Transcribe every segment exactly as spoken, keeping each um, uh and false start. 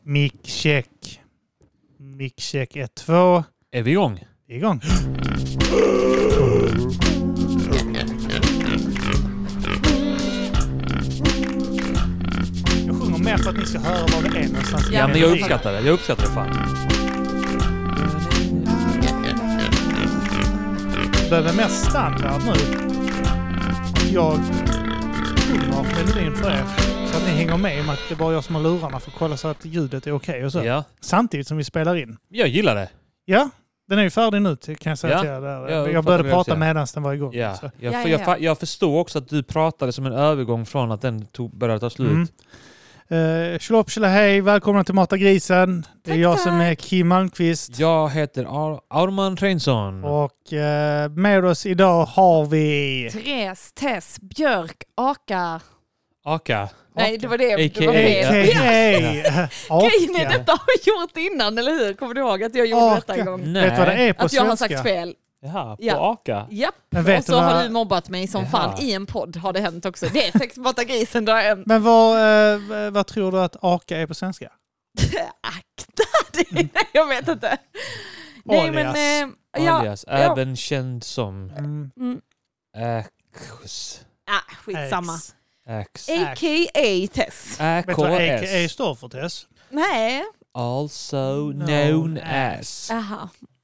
Mic check. Mic check ett, två. Är vi igång? Vi är igång. Jag sjunger mer för att ni ska höra vad det är någonstans. Ja, men jag uppskattar det. Jag uppskattar det fan. Det är mer standard nu. Jag sjunger melodin för er. Så att ni hänger med om att det är bara jag som har lurarna för att kolla så att ljudet är okej och så. Ja. Samtidigt som vi spelar in. Jag gillar det. Ja, den är ju färdig nu kan jag säga ja. till er där. Jag, jag började prata medan den var igång. Ja. Så. Jag, ja, jag, ja. jag, jag förstår också att du pratade som en övergång från att den tog, började ta slut. Mm. Uh, Tjolopp, hej, välkomna till Mata grisen. Det är Tack, jag tack. som är Kim Malmqvist. Jag heter Ar- Arman Reinsson. Och uh, med oss idag har vi... Therese, Tess, Björk, Aka. Aka. Nej, det var det. A K A. Det var fel. A K A. Grejen är, detta har jag gjort innan, eller hur? Kommer du ihåg att jag gjorde Aka. detta en gång? Nej. Vet du vad det är på Att jag har svenska? sagt fel. Jaha, på Ja. Aka. Japp. Men vet Och så du vad... har du mobbat mig som Jaha. fan i en podd har det hänt också. Det är sex Mata grisen. Då är en... Men vad, uh, vad tror du att Aka är på svenska? Akta dig! Nej, jag vet inte. Nej, men... Alias. Eh, ja, Alias. ja. Även känd som Mm. Mm. Ax. Ah, skitsamma. X. Ax. A K A Tess. A Vet du K vad A K A S. står för, Tess? Nej. Also known as. Aha.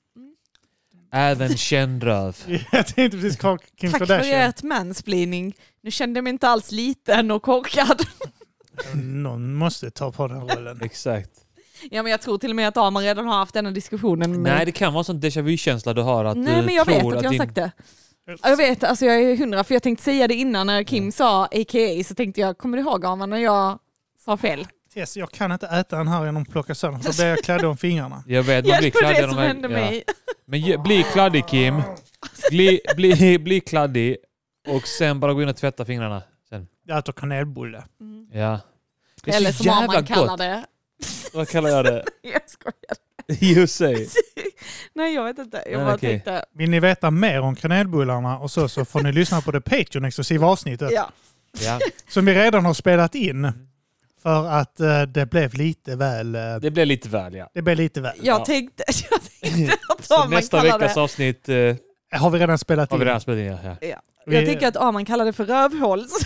Även känd röv. Jag tänkte precis Kim Tack för Kardashian. ert mansplaining. Nu kände jag mig inte alls liten och korkad. Någon måste ta på den rollen. Exakt. Ja, men jag tror till och med att Amar redan har haft denna diskussionen med Nej, det kan vara en sån déjà vu-känsla du har. Att Nej, du men jag tror vet att jag har din... sagt det. Ja, jag vet, alltså jag är hundra, för jag tänkte säga det innan när Kim sa A K A, så tänkte jag, kommer du ihåg Amar när jag sa fel? Tess, jag kan inte äta den här genom att plocka sönder. Så blir jag kladdig om fingrarna. Jag vet, man Ja, blir det var kladdig. det när som man- hände ja. mig. Men ge- bli kladdig, Kim. Bli, bli, bli kladdig. Och sen bara gå in och tvätta fingrarna. Sen. Jag äter kanelbulle. Mm. Ja. Det är Eller så som jävla Amar kallar gott. det. Vad kallar jag det? Jag skojar. You say. Nej, jag vet inte. Jag Nej, bara okej. tänkte, Vill ni veta mer om kanelbullarna och så, så får ni lyssna på det Patreon-exklusiva avsnittet. ja. Ja. Som vi redan har spelat in. För att eh, det blev lite väl... Eh, Det blir lite väl, ja. det blev lite väl. Jag Ja. tänkte, jag tänkte att Så Amar nästa kallar veckas det. avsnitt eh, Har vi redan spelat har in? vi redan spelat in. Ja. Ja. Ja. Vi- Jag tänker att Amar kallar det för rövhåls.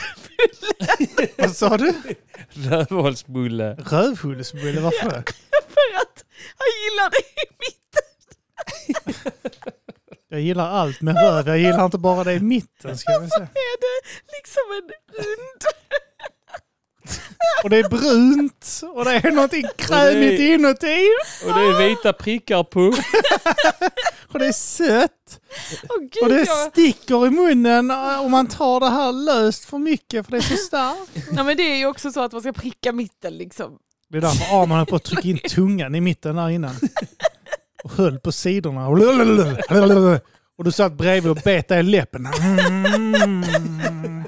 Vad sa du? Rövhålsbulle. Rövhullsbulle, varför? För att han gillar det i mitten. Jag gillar allt med röv. Jag gillar inte bara det i mitten, ska jag väl säga. Är det liksom en rund? Och det är brunt. Och det är någonting krämigt inuti. Och det är vita prickar på. Och det är sött. Åh gud, Och det jag... sticker i munnen om man tar det här löst för mycket, för det är så starkt. Nej, men det är ju också så att man ska pricka mitten liksom. Det är därför Arman höll på att trycka in tungan i mitten där innan. Och höll på sidorna. Och du satt bredvid och bet i läppen. Mm.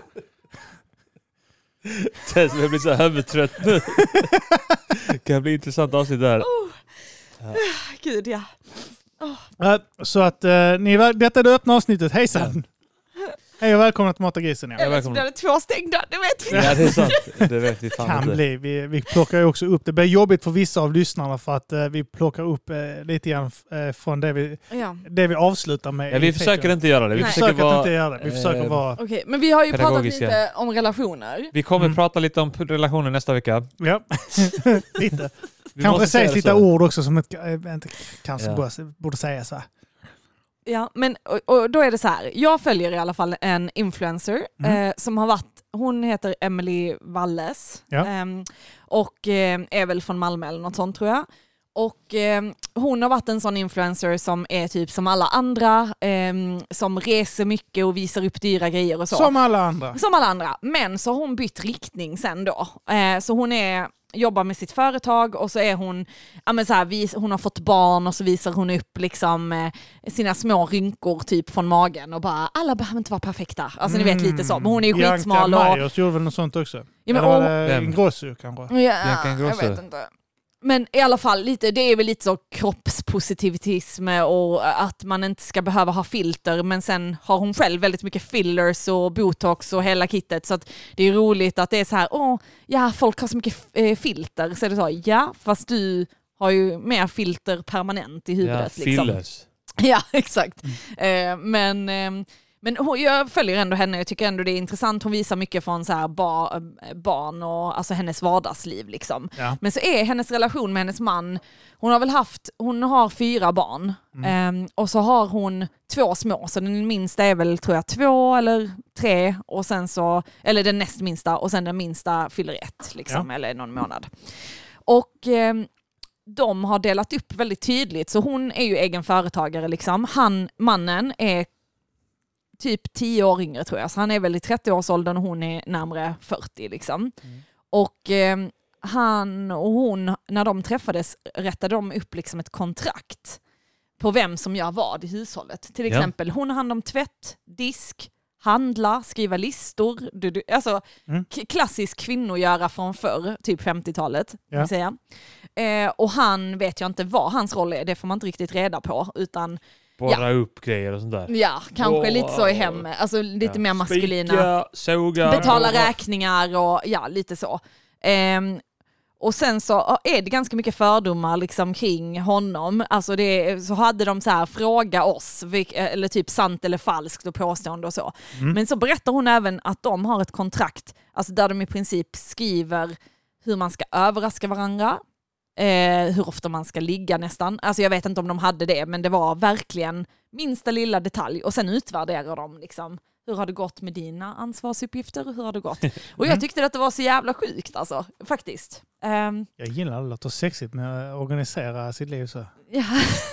Tess, jag blir så huvudtrött nu. Det kan bli intressant avsnitt där. Oh. Gud, ja. Ja, så att uh, ni, detta är det öppna avsnittet. Hejsan! Hej och välkomna till Mata grisen. Ja. Ja, Eller så välkommen. blir det två stängda, det vet vi. Ja, det är sant. Det vet vi fan Kan inte. bli. Vi, vi plockar ju också upp. Det blir jobbigt för vissa av lyssnarna för att uh, vi plockar upp uh, lite grann uh, från det vi, Ja. det vi avslutar med. Ja, vi i försöker Patreon. inte göra det. Vi Nej. Vi försöker försöker att vara... inte göra det. Vi försöker eh, vara... Okej, men vi har ju pratat Pedagogiska. lite om relationer. Vi kommer Mm. prata lite om relationer nästa vecka. Ja, lite. Vi Kanske måste säga sägs det lite så. ord också som ett, äh, inte, kanske Ja. borde, borde säga så här. Ja, men och, och då är det så här. Jag följer i alla fall en influencer Mm. eh, som har varit, hon heter Emily Walles Ja. ehm, och eh, är väl från Malmö eller något sånt tror jag. Och eh, hon har varit en sån influencer som är typ som alla andra, eh, som reser mycket och visar upp dyra grejer och så. Som alla andra. Som alla andra. Men så har hon bytt riktning sen då. Eh, så hon är, jobbar med sitt företag och så är hon, ja men så här, vis, hon har fått barn och så visar hon upp liksom eh, sina små rynkor typ från magen och bara, alla behöver inte vara perfekta. Alltså ni vet lite så. Men hon är ju Bianca skitsmal och... Myers gjorde väl något sånt också? Ja, men, Eller var och, det Vem? Ingrosso kanske? ja, Bianca jag Ingrosso. vet inte. Men i alla fall, lite, det är väl lite så kroppspositivitism och att man inte ska behöva ha filter, men sen har hon själv väldigt mycket fillers och botox och hela kittet, så att det är roligt att det är så här, åh, ja, folk har så mycket eh, filter, så är det så, ja, fast du har ju mer filter permanent i huvudet. Ja, liksom. fillers. Ja, exakt. Mm. Eh, men... Eh, Men hon, jag följer ändå henne, jag tycker ändå det är intressant. Hon visar mycket från så här bar, barn och alltså hennes vardagsliv. Liksom. Ja. Men så är hennes relation med hennes man, hon har väl haft, hon har fyra barn. Mm. Um, och så har hon två små, så den minsta är väl tror jag två eller tre. Och sen så, eller den näst minsta, och sen den minsta fyller ett, liksom, ja. Eller någon månad. Och... Um, de har delat upp väldigt tydligt, så hon är ju egen företagare. Liksom. Han, mannen är typ tio år yngre tror jag. Så han är väl i trettio-årsåldern och hon är närmare fyrtio. Liksom. Mm. Och eh, han och hon, när de träffades, rättade de upp liksom ett kontrakt på vem som gör vad i hushållet. Till exempel, ja. Hon har hand om tvätt, disk, handla, skriva listor. Du, du, alltså mm. k- klassisk kvinnogöra från förr, typ femtiotalet. Ja. Vill säga. Eh, och han vet jag inte vad hans roll är, det får man inte riktigt reda på. Utan Borra ja. upp grejer och sånt där. Ja, kanske oh. lite så i hemmet. Alltså lite ja. mer maskulina. Spika, såga, betala borra. räkningar och ja, lite så. Um, och sen så är det ganska mycket fördomar liksom kring honom. Alltså det, så hade de så här, fråga oss, eller typ sant eller falskt och påstående och så. Mm. Men så berättar hon även att de har ett kontrakt, alltså där de i princip skriver hur man ska överraska varandra. Eh, hur ofta man ska ligga nästan. Alltså jag vet inte om de hade det, men det var verkligen minsta lilla detalj. Och sen utvärderar de liksom, hur har det gått med dina ansvarsuppgifter? Hur har det gått? Och jag tyckte att det var så jävla sjukt alltså, faktiskt. Um, jag gillar att det låter sexigt med att organisera sitt liv så. Ja.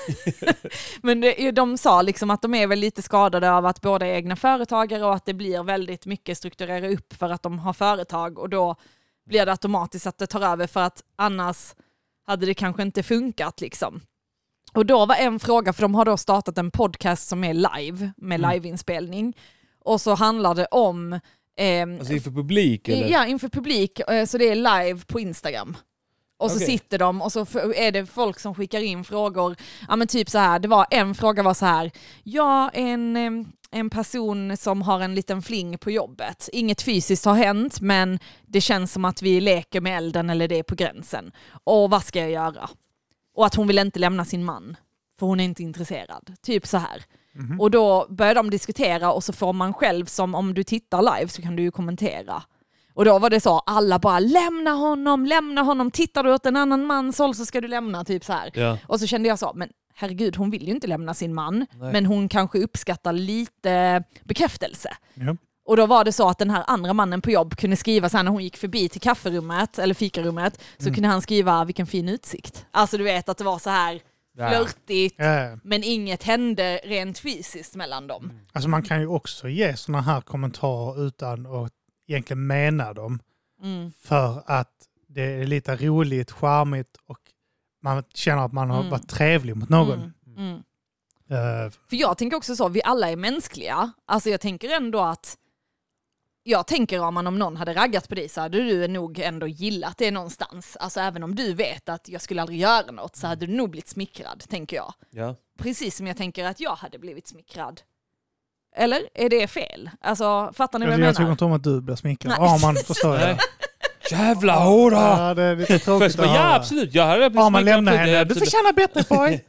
Men det, de sa liksom att de är väl lite skadade av att båda är egna företagare och att det blir väldigt mycket strukturera upp för att de har företag, och då blir det automatiskt att det tar över, för att annars hade det kanske inte funkat liksom. Och då var en fråga, för de har då startat en podcast som är live, med mm. liveinspelning. Och så handlar det om... Eh, alltså inför publik? Eller? Ja, inför publik. Eh, så det är live på Instagram. Och så okay. sitter de och så är det folk som skickar in frågor. Ja men typ så här, det var en fråga var så här. Ja, en... Eh, en person som har en liten fling på jobbet. Inget fysiskt har hänt, men det känns som att vi leker med elden eller det är på gränsen. Och vad ska jag göra? Och att hon vill inte lämna sin man, för hon är inte intresserad. Typ så här. Mm-hmm. Och då börjar de diskutera, och så får man själv, som om du tittar live så kan du ju kommentera. Och då var det så, alla bara lämna honom, lämna honom. Tittar du åt en annan mans håll så ska du lämna, typ så här. Ja. Och så kände jag så, men herregud, hon vill ju inte lämna sin man. Nej. Men hon kanske uppskattar lite bekräftelse. Ja. Och då var det så att den här andra mannen på jobb kunde skriva så här, när hon gick förbi till kafferummet eller fikarummet, så mm. kunde han skriva vilken fin utsikt. Alltså du vet att det var så här flörtigt, ja. Men inget hände rent fysiskt mellan dem. Mm. Alltså man kan ju också ge såna här kommentarer utan att egentligen mena dem. Mm. För att det är lite roligt, charmigt och man känner att man har mm. varit trevlig mot någon. Mm. Mm. Uh, För jag tänker också så, vi alla är mänskliga. Alltså jag tänker ändå att jag tänker om man om någon hade raggat på dig så hade du nog ändå gillat det någonstans. Alltså även om du vet att jag skulle aldrig göra något så hade du nog blivit smickrad, tänker jag. Ja. Precis som jag tänker att jag hade blivit smickrad. Eller är det fel? Alltså fattar ni vad jag, jag menar? Jag tycker inte om att du blir smickrad. Ja, man förstår det. Jävla hora! Ja, det är lite tråkigt. Först, ja, absolut. Jag hade ja, man lämnar henne. Du förtjänar bättre, poj.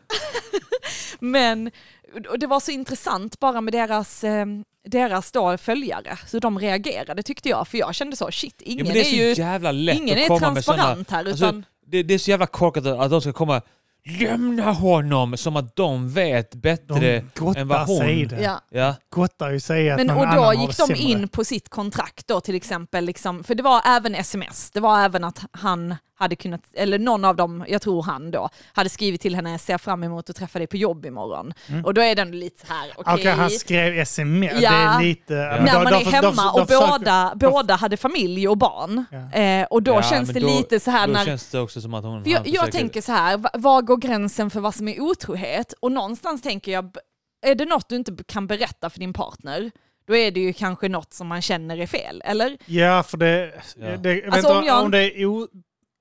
Men och det var så intressant bara med deras, eh, deras då följare. Så de reagerade, tyckte jag. För jag kände så, shit, ingen ja, det är, så är ju jävla lätt ingen att är komma transparent med såna, här. Utan... Alltså, det, det är så jävla korkat att de ska komma lämna honom, som att de vet bättre de än vad hon... Ja. Ja. Gottar ju säga att men, någon och då annan gick de in på sitt kontrakt då till exempel. Liksom, för det var även sms. Det var även att han hade kunnat, eller någon av dem, jag tror han då, hade skrivit till henne, ser fram emot att träffa dig på jobb imorgon. Mm. Och då är den lite så här, okej. Okay. Okay, han skrev sms, ja. det är lite... Ja. När man då, är hemma då, då, och då båda, då, båda hade familj och barn. Ja. Eh, och då ja, känns det då, lite så här då när... känns det också som att hon... Jag, jag tänker så här, var går gränsen för vad som är otrohet? Och någonstans tänker jag, är det något du inte kan berätta för din partner, då är det ju kanske något som man känner är fel, eller? Ja, för det... Ja. det jag vet alltså, om, jag... om det är o...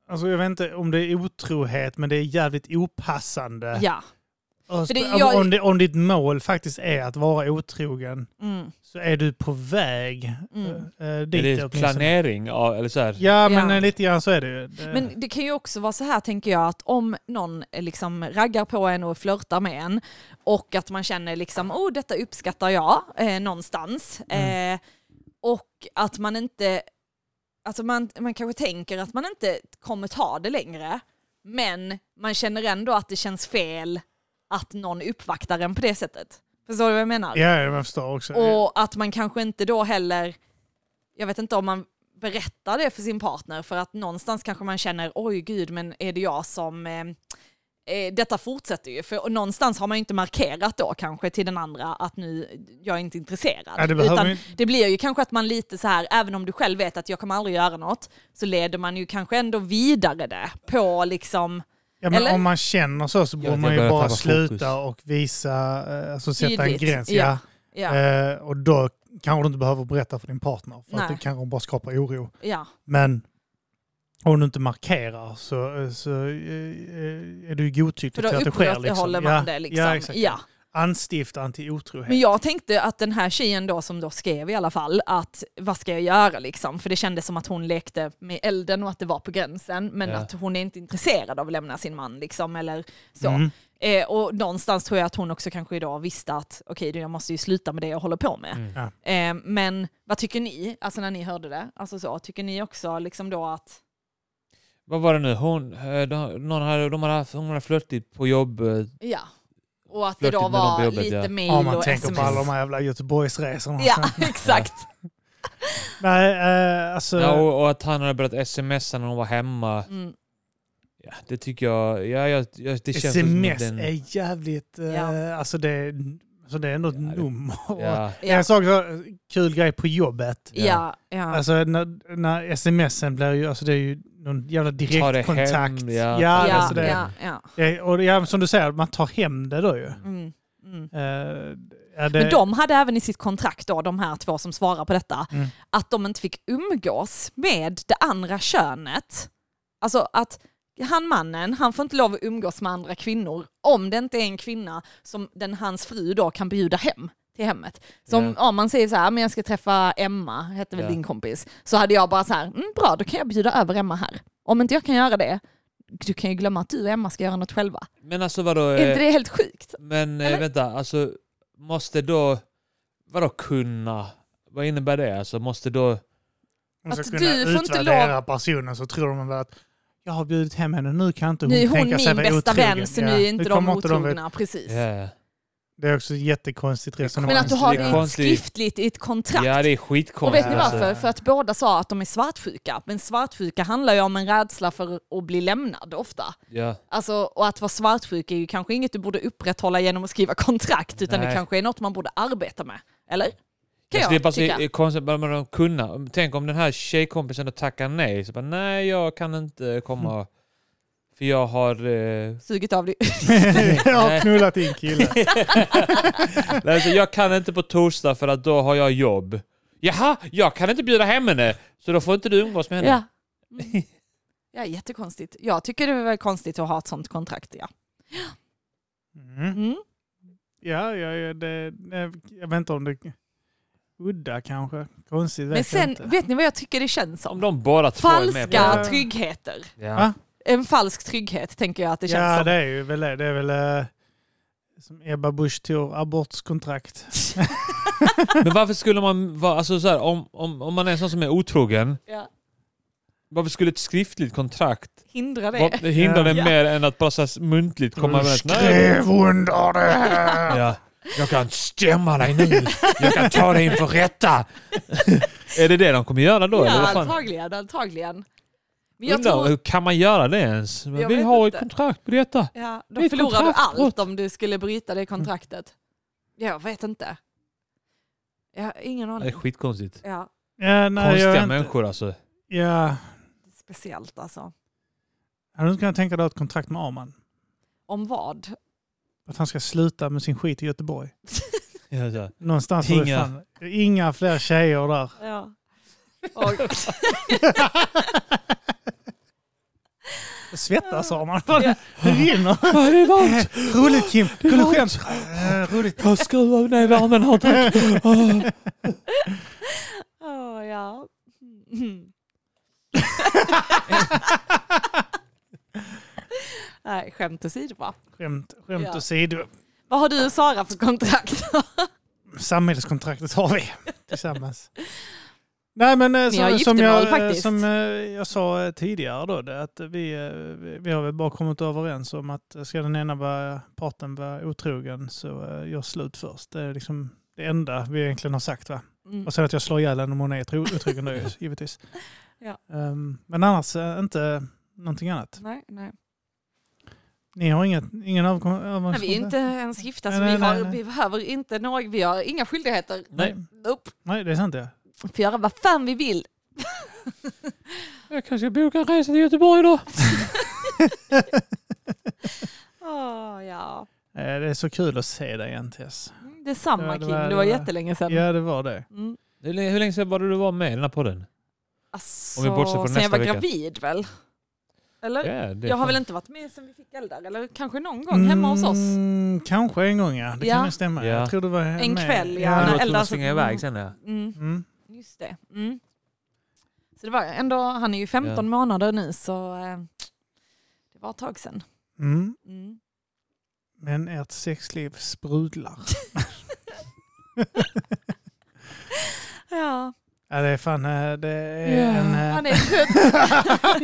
Alltså jag vet inte om det är otrohet, men det är jävligt opassande. Ja. Och För det- sp- jag- om, det, om ditt mål faktiskt är att vara otrogen Mm. så är du på väg Mm. äh, dit. Är det åtminstone. planering? Av, eller så här. Ja, men Ja. eh, lite grann så är det ju. Det, Men det kan ju också vara så här, tänker jag, att om någon eh, liksom raggar på en och flörtar med en och att man känner liksom, oh, detta uppskattar jag eh, någonstans. Mm. Eh, och att man inte, alltså man, man kanske tänker att man inte kommer ta det längre, men man känner ändå att det känns fel att någon uppvaktar en på det sättet. Förstår du vad jag menar? Ja, jag förstår också. Och att man kanske inte då heller, jag vet inte om man berättar det för sin partner, för att någonstans kanske man känner, oj gud, men är det jag som, eh, eh, detta fortsätter ju, för någonstans har man ju inte markerat då kanske till den andra att nu, jag är inte intresserad. Ja, det behöver Utan ju- det blir ju kanske att man lite så här, även om du själv vet att jag kommer aldrig göra något, så leder man ju kanske ändå vidare det på liksom, Ja, men eller? om man känner så så borde Ja, man jag ju börjar bara tappa sluta och visa, eh, alltså sätta en tydligt. gräns. Ja. Ja, Eh, och då kanske du inte behöver berätta för din partner, för att Nej. det kanske bara skapar oro. ja. Men om du inte markerar så, så eh, är du ju För godtyckligt då till att det sker. Liksom. upprätthåller man det liksom. Ja, exakt. Ja. Anstiftan till otrohet. Men jag tänkte att den här tjejen då som då skrev i alla fall att vad ska jag göra liksom? För det kändes som att hon lekte med elden och att det var på gränsen, men Ja. att hon är inte intresserad av att lämna sin man liksom, eller så. Mm. Eh, och någonstans tror jag att hon också kanske idag visste att okej, okay, jag måste ju sluta med det jag håller på med. Mm. Ja. Eh, men vad tycker ni, alltså när ni hörde det? Alltså så, tycker ni också liksom då att... Vad var det nu? Hon, eh, de, någon hade, de hade, haft- hon hade flörtit på jobb. eh, Ja. Och att det Flörtigt då med någon på var jobbet, lite ja. mail Ja, man och tänker sms. på alla de här jävla Göteborgsresorna. Ja, exakt. Nej, eh, alltså... Ja, och, och att han hade börjat smsa när hon var hemma. Mm. Ja, det tycker jag... Ja, jag, jag det känns som sms den, är jävligt... Eh, Ja. Alltså, det, alltså det är ändå ett Ja, det- nummer. ja. Ja. En sak, så, kul grej på jobbet. Ja, ja. Alltså när, när smsen blir ju, alltså det är ju någon jävla Ta det direktkontakt. hem, ja. ja, ja, alltså det, ja, ja. det, och ja, som du säger, man tar hem det då ju. Mm, mm. Eh, ja, det, Men de hade även i sitt kontrakt då, de här två som svarar på detta, Mm. att de inte fick umgås med det andra könet. Alltså att han mannen, han får inte lov att umgås med andra kvinnor om det inte är en kvinna som den hans fru då kan bjuda hem till hemmet. Som Ja. om man säger så här, men jag ska träffa Emma, hette väl Ja. din kompis, så hade jag bara så här, mm, bra, då kan jag bjuda över Emma här. Om inte jag kan göra det, du kan ju glömma att du och Emma ska göra något själva. Men alltså vadå... Är eh, inte det helt sjukt? Men eh, Eller? vänta, alltså måste då... Vadå kunna? Vad innebär det? Alltså måste då... man ska att kunna du får inte utvärdera personen så tror de väl att jag har bjudit hem henne, nu kan inte hon Nu är hon tänka sig min vara bästa otrogen. vän, så Ja, nu är inte det de kommer inte de vet- otrogna. Precis. Ja, Det är också ett jättekonstigt resonemang. Men att du har Det det är i ett konstigt. skriftligt, i ett kontrakt. ja det är Och skitkonstigt. vet ni alltså. varför? För att båda sa att de är svartsjuka. Men svartsjuka handlar ju om en rädsla för att bli lämnad ofta. Ja. Alltså, och att vara svartsjuk är ju kanske inget du borde upprätthålla genom att skriva kontrakt, utan Nej. det kanske är något man borde arbeta med. Eller? Kan Alltså, det är jag bara tycka. så konstigt, bara man kunna. Tänk om den här tjejkompisen då tackar nej. Så bara, nej, jag kan inte komma. För jag har... Eh... Sugit av dig. jag har knullat in kille. nej, alltså, jag kan inte på torsdag för att då har jag jobb. Jaha, jag kan inte bjuda hem henne. Så då får inte du umgås med henne. Ja. Mm. Ja, jättekonstigt. Jag tycker det är väl konstigt att ha ett sånt kontrakt, ja. Mm. Mm. Ja, ja, ja det, det, jag vet inte om det udda kanske. Konstigt vet Men jag sen, inte. vet ni vad jag tycker det känns Om som? de båda två är med på Falska det. tryggheter. Ja. Va? En falsk trygghet tänker jag att det känns Ja, som. det är ju väl det. Det är väl eh, som Ebba Busch tog abortskontrakt. Men varför skulle man vara... Alltså, så här, om, om, om man är en sån som är otrogen, Ja. varför skulle ett skriftligt kontrakt Hindra det. vad, hindra det Ja. mer än att bara så här muntligt komma Du överens? Nej, skrev under det här. ja. Jag kan stämma dig nu. Jag kan ta dig inför rätta. Är det det de kommer göra då? Ja, eller vad fan? antagligen, antagligen. Men jag Undrar, tror, hur kan man göra det ens? Men Jag vi vet har inte. ett kontrakt på detta. ja, det är då ett förlorar du kontraktbrott. allt om du skulle bryta det kontraktet. Jag vet inte. Jag har ingen Det är aning. skitkonstigt. Ja, Ja, nej, jag vet Konstiga inte. människor alltså. Ja, speciellt alltså. hade du inte kunnat tänka dig ett kontrakt med Arman? Om vad? Att han ska sluta med sin skit i Göteborg. Ja, ja. Någonstans har det Inga. fan, inga fler tjejer där. Ja. Och, Svettas har man. Det rinner. Ja, det är varmt. Roligt Kim. Kul skämt. Uh, roligt. Jag skruvar ner värmen här. Tack. Oh. Oh, ja. Nej, skämt åsido va? Skämt, skämt Ja. åsido. Vad har du och Sara för kontrakt? Samhällskontraktet har vi tillsammans. Nej men eh, Ni har så, som, giftermål, jag, faktiskt. som eh, jag sa eh, tidigare då, det, att vi, eh, vi har väl bara kommit överens om att ska den ena vara, parten vara otrogen så eh, gör slut först. Det är liksom det enda vi egentligen har sagt va. Mm. Och sen att jag slår ihjäl henne om hon är tro- otrogen då givetvis. Ja. Um, men annars eh, inte någonting annat. Nej, nej. Ni har inget, ingen övergång? Nej, vi är inte ens gifta så Nej, vi, nej, har, nej, nej. vi behöver inte några, vi har inga skyldigheter. Nej. Nope. Nej, det är sant ja. Vi får göra vad fan vi vill. Jag kanske ska boka en resa till Göteborg då. Åh, ja. Eh, Det är så kul att se dig igen Tess. Det är samma Ja, det Kim, var- det det var var- jättelänge sedan. Ja, det var det. Mm. Hur länge, hur länge sedan var det du var med i den här podden? Alltså, Om vi bortser från sen jag nästa var vecka. gravid väl? Eller? Ja, det är Jag har fan- väl inte varit med sen vi fick eldar, eller kanske någon gång hemma hos oss. Mm, kanske en gång ja, det Ja. kan ju stämma. Ja. Jag tror det var En med. kväll, ja. Ja, när du var eldar tvungen att så- springa iväg sen ja. Mm, Mm. just det. Mm. Så det var ändå, han är ju femton Ja. månader nu så eh, det var ett tag sedan. Mm. Mm. Men ert sexliv sprudlar. Ja, Ja, det är fan, eh, det är Ja. en... eh, han är trött.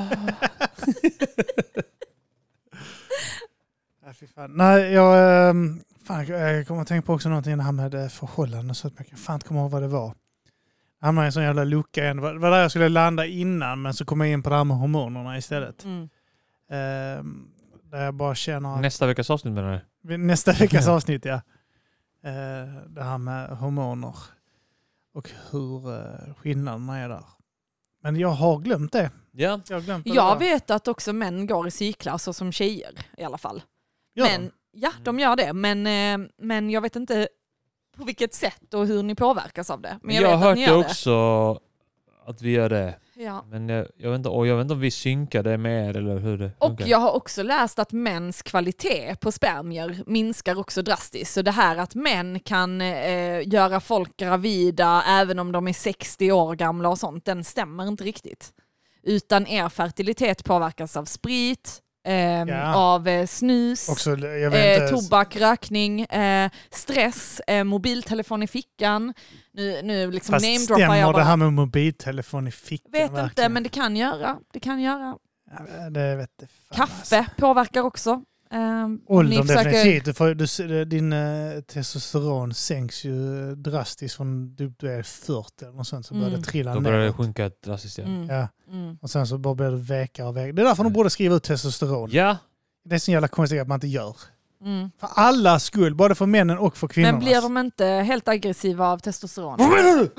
Ja, fy fan. Nej, jag, ehm, fan, jag kommer att tänka på också någonting det här med eh, förhållanden så att jag kan fan inte komma ihåg vad det var. Jag hamnade i en sån jävla lucka igen. Det var det var där jag skulle landa innan men så kom jag in på det här med hormonerna istället. Mm. Ehm, där jag bara känner att Nästa veckas avsnitt menar du? nästa veckas avsnitt, ja. Eh, det här med hormoner och hur eh, skillnaderna är där. Men jag har glömt det. Ja. Jag, har glömt vad det Jag var. vet att också män går i cyklar så som tjejer i alla fall. Gör men, de? ja, de gör det. Men, eh, men jag vet inte på vilket sätt och hur ni påverkas av det. Men jag, Jag, vet har att ni hört det gör också att vi gör det. det. Ja. Men jag, jag, vet inte, och jag vet inte om vi synkar det med er eller hur det Och funkar. jag har också läst att mäns kvalitet på spermier minskar också drastiskt. Så det här att män kan eh, göra folk gravida även om de är sextio år gamla och sånt, den stämmer inte riktigt. Utan er fertilitet påverkas av sprit, eh, Ja. av eh, snus, Också, jag vet eh, inte, tobak, rökning, eh, stress, eh, mobiltelefon i fickan. Nu, nu liksom fast namedroppar stämmer jag det bara. här med mobiltelefon i fickan? Vet inte, verkligen? men det kan göra. Det kan göra. Ja, det vet jag fan, Kaffe alltså. påverkar också. Eh, ni Åldern försöker- definitivt. Du får, du, din eh, testosteron sänks ju drastiskt från du, du är fyrtio eller något sånt så börjar Mm. det trilla Då börjar det ner. sjunka drastiskt igen. Mm. Ja. Mm. Och sen så bara blir det vekare och vekare. Det är därför de borde skriva ut testosteron. Ja, Det är så jävla konstigt att man inte gör. Mm. För alla skull, både för männen och för kvinnorna. Men blir de inte helt aggressiva av testosteron? Vad menar du?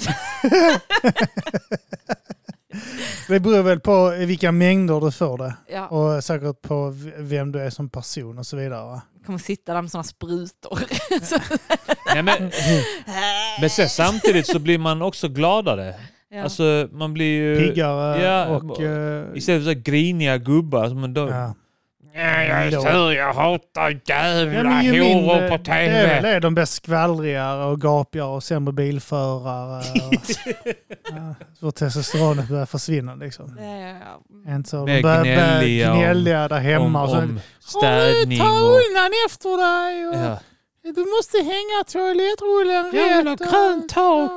Det beror väl på i vilka mängder du får det. Ja, Och säkert på v- vem du är som person och så vidare. Va? kommer sitta där med sådana sprutor. nej, men, men sen samtidigt så blir man också gladare. Ja. Alltså man blir ju... Piggare ja, och... eh, Istället för så här griniga gubbar som man då... ja. Ja, jag är sur, jag hatar jävla Ja, men ju horor mindre, på det är väl tv. det, de blir skvallrigare och gapigare och sämre bilförare. Och, ja, så testosteronet börjar försvinna liksom. Ja, ja, ja. Inte så. De Mer börjar, börjar gnälliga om- gnälliga där hemma. Om, och så, om städning ta och... undan efter dig. Och, Ja. Du måste hänga toalettrullen rätt. Jag vill ha grönt tak.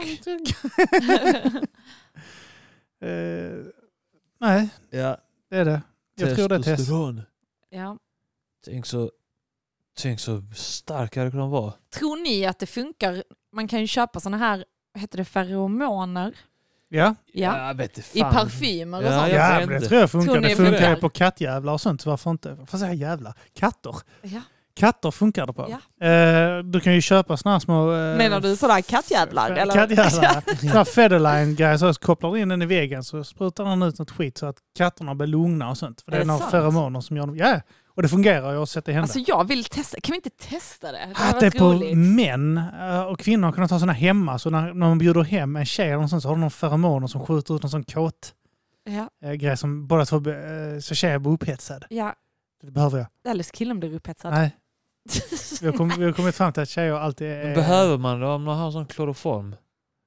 Eh, nej, Ja, det är det. Jag tror det är Tess. testosteron. Ja. Tänk så, tänk så stark jag kunde vara. Tror ni att det funkar? Man kan ju köpa såna här, vad heter det, feromoner? Ja, Ja. Jag vet inte I fan. parfymer och Ja, sånt. jag ja vet men det inte. tror jag funkar. Tror ni Det det funkar ju funkar? på kattjävlar och sånt. Varför inte? Vad säger jävlar? Katter. Ja. Katter funkar det på. Ja. Eh, du kan ju köpa såna här små... Eh, Menar du sådär kattjävlar? f- Eller? Kattjävlar. Sådana Federline-grejer. Så kopplar du in den i väggen så sprutar den ut något skit så att katterna blir lugna och sånt. För det Är är det några sant? feromoner som gör dem... Ja, och det fungerar. Jag har sett det hända. Alltså jag vill testa. Kan vi inte testa det? Det hade Att det är varit på roligt. män eh, och kvinnor kunna ta såna hemma. Så när, när man bjuder hem en tjej eller något sånt, så har de några feromoner som skjuter ut någon sån kåt Ja. eh, grej som båda två eh, så tjejer blir upphetsad. Ja. Det behöver jag. Eller killen blir upphetsad. Nej. Vi har, kommit, vi har kommit fram till att tjejer alltid är... Behöver man det om man har sån kloroform?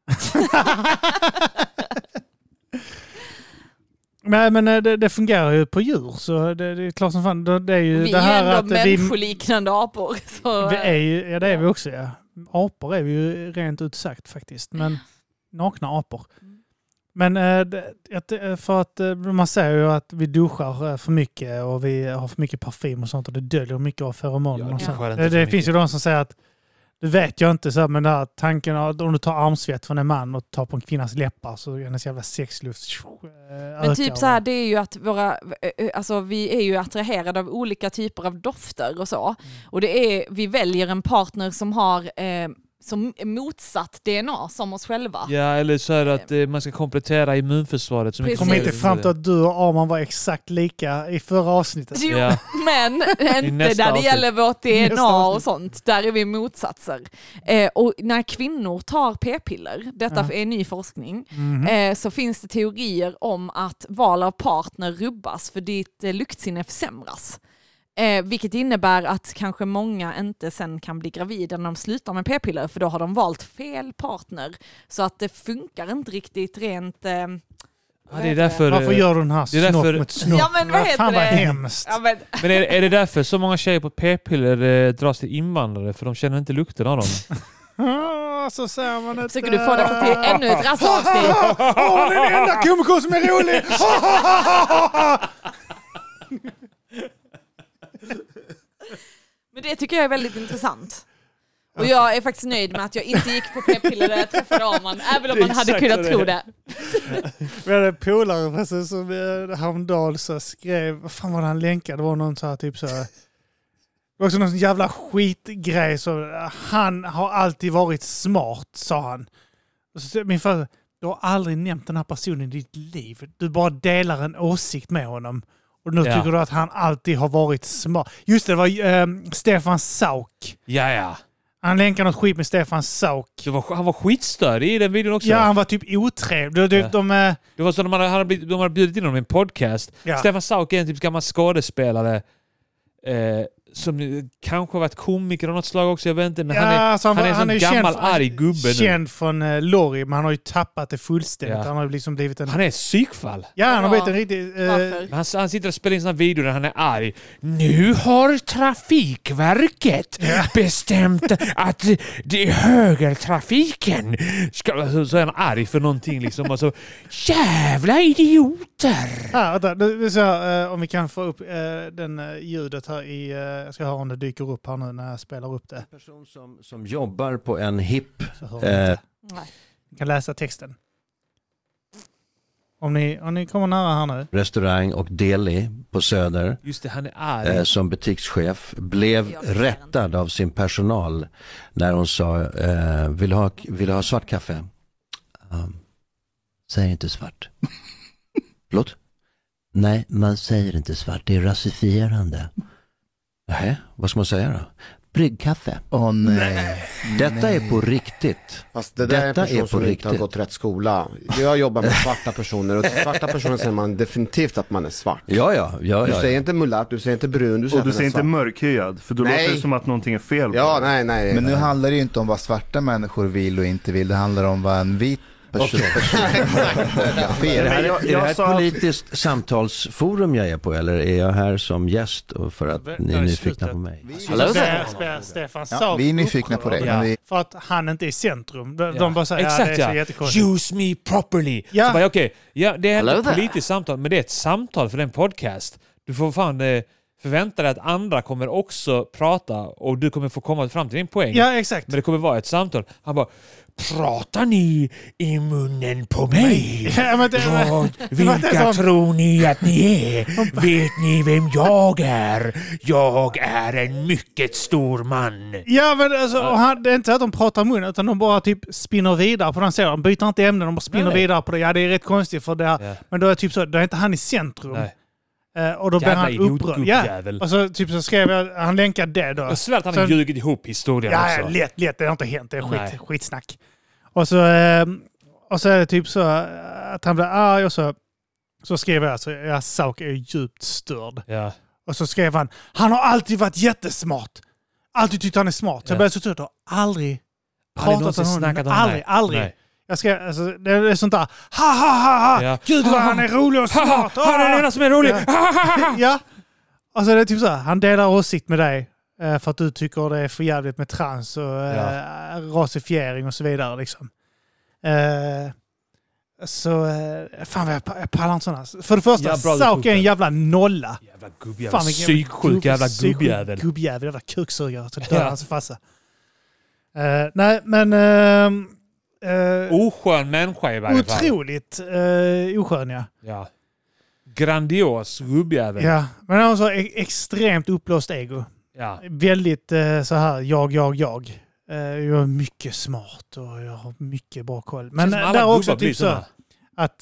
Nej, men det, det fungerar ju på djur, så det, det är klart som fan. Det är ju vi det här är ändå att vi, människoliknande apor. Så... vi är ju, ja, det är vi också, ja. Apor är vi ju rent ut sagt faktiskt, men nakna apor. Men äh, det, för att äh, man säger ju att vi duschar för mycket och vi har för mycket parfym och sånt och det döljer mycket av feromoner. Ja, och sånt. det, Det, det finns ju de som säger att du vet jag inte så här, men den här tanken att om du tar armsvett från en man och tar på en kvinnas läppar så är hennes jävla sexluft äh, Men typ så här, det är ju att våra, alltså vi är ju attraherade av olika typer av dofter och så. Mm. Och det är, vi väljer en partner som har eh, som motsatt D N A som oss själva. Ja, eller så är det att eh, man ska komplettera immunförsvaret. Som kom inte fram till att du och Arman var exakt lika i förra avsnittet. Jo, ja. Men inte där det avsnitt. gäller vårt D N A och sånt. Där är vi motsatser. Eh, och när kvinnor tar p-piller, detta ja. är ny forskning, mm-hmm. eh, så finns det teorier om att val av partner rubbas för ditt eh, luktsinne försämras. Eh, vilket innebär att kanske många inte sen kan bli gravida när de slutar med p-piller, för då har de valt fel partner. Så att det funkar inte riktigt rent... Eh, ja, det är därför, varför gör du den här snopp därför, mot snopp? Ja, men vad heter fan det? vad hemskt. Ja, men men är, är det därför så många tjejer på p-piller eh, dras till invandrare? För de känner inte lukten av dem. Så säger man ett... Försöker du få det till ännu ett rassavsnitt? Åh, det är den enda komiker som är rolig! Men det tycker jag är väldigt intressant. Och jag är faktiskt nöjd med att jag inte gick på p-piller där jag träffade Arman, även om man hade kunnat tro det. Vi hade en polare som häromdagen så skrev, vad fan var det han länkade? Det var någon så här typ så här, det var också någon jävla skitgrej. Så han har alltid varit smart, sa han. Och så, min far, du har aldrig nämnt den här personen i ditt liv. Du bara delar en åsikt med honom. Och nu ja. tycker du att han alltid har varit smart. Just det, det var äh, Stefan Sauk. Ja, ja. Han länkade något skit med Stefan Sauk. Det var, han var skitstörig i den videon också. Ja, han var typ otrevlig. De, ja. de, de, det var så att de hade, blivit, de hade bjudit in honom i en podcast. Ja. Stefan Sauk är en typ gammal skådespelare. Eh, som kanske har varit komiker av något slag också, jag vet inte. Men ja, han är, alltså han, han är en han sån är gammal känd, arg gubbe nu. Känd från uh, Lorry, men han har ju tappat det fullständigt. Ja. Han har liksom blivit en... Han är ett psykfall. Ja, han har blivit en riktig... Uh... Han, han sitter och spelar in såna videor där han är arg. Nu har Trafikverket ja. bestämt att det är högertrafiken. Ska, så, så är han arg för någonting liksom. Och så, jävla idioter! Ja, vänta, det är så här, uh, om vi kan få upp uh, den uh, ljudet här i... Uh, jag ska höra om det dyker upp här nu när jag spelar upp det. En person som, som jobbar på en hipp... Eh, ni kan läsa texten. Om ni, om ni kommer nära här nu. Restaurang och deli på Söder. Just det, han är arg. Eh, som butikschef blev rättad av sin personal när hon sa eh, vill, ha, vill ha svart kaffe? Um, säg inte svart. Förlåt? Nej, man säger inte svart. Det är rasifierande. Nej, vad ska man säga då? Bryggkaffe. Åh oh, nej. Detta nej. är på riktigt. Fast det där Detta är en person är på som riktigt. inte har gått rätt skola. Jag jobbar med svarta personer och svarta personer säger man definitivt att man är svart. Ja, ja. ja du ja, säger ja. inte mulatt, du säger inte brun, du säger och du säger inte mörkhyad, för då nej. låter det som att någonting är fel. Ja, nej, nej. Men nu nej. handlar det ju inte om vad svarta människor vill och inte vill. Det handlar om vad en vit person. Okay. Är det här, är det här ett politiskt samtalsforum jag är på, eller är jag här som gäst och för att ni är nyfikna på mig? Stefan ja, vi är nyfikna på det. Ja. Men vi... För att han inte är i centrum. De, ja. de bara säger exakt, ja, det är så ja. jättekonstigt. Use me properly. Ja. Så bara, okay, ja, det är Hello ett there. politiskt samtal, men det är ett samtal för en podcast. Du får fan eh, förvänta dig att andra kommer också prata och du kommer få komma fram till din poäng. Ja, exakt. Men det kommer vara ett samtal. Han bara, pratar ni i munnen på mig? Ja, men det, Vad, vilka som... tror ni att ni är? Vet ni vem jag är? Jag är en mycket stor man. Ja, men alltså, och han, det är inte att de pratar munnen, utan de bara typ spinner vidare på den serien. De byter inte ämnen, de bara spinner Nej. vidare på det. Ja, det är rätt konstigt för det. Ja. Men då är typ så, då är inte han i centrum. Nej. Uh, och då blir han upprörd. Ja. Och så typ så skrev jag, han länkade det då. Jag svär att han har ljugit ihop historien ja, också. Ja, lätt, lätt. Det har inte hänt. Det är skit, skitsnack. Och så, uh, och så är det typ så att han blir arg och så Så skrev jag alltså, ja, Sauk är djupt störd. Ja. Och så skrev han, han har alltid varit jättesmart. Alltid tyckt han är smart. Så Ja. jag började så trött och aldrig Aldrig pratat om honom. snackat om Aldrig, mig. aldrig. Nej. Jag ska, alltså, det är sånt där, ha ha ha ha, Ja. gud vad han är rolig och smart. Han är den enda som är rolig! Ja. Ja. Alltså det är typ så här, han delar åsikt med dig eh, för att du tycker det är för jävligt med trans och eh, Ja. rasifiering och så vidare liksom. Eh, så, eh, fan vad jag, jag pallar inte sådana. För det första, Ja, bra, du Sauk tog är en den. jävla nolla. Jävla gubbjävel. vilken Psyksjuk jävla psyksjuk gubbjävel. Gubbjävel, jävla kuksugare. Så dör Ja. hans farsa. Eh, nej, men... Uh, Oskön människa i varje fall. otroligt uh, oskön, ja. Ja. Grandios gubbjävel. ja. Men han har så e- extremt upplåst ego. Ja. Väldigt uh, så här, jag, jag, jag. Uh, jag är mycket smart och jag har mycket bra koll. Men Känns som uh, alla där är också gubbar blir typ så såna. att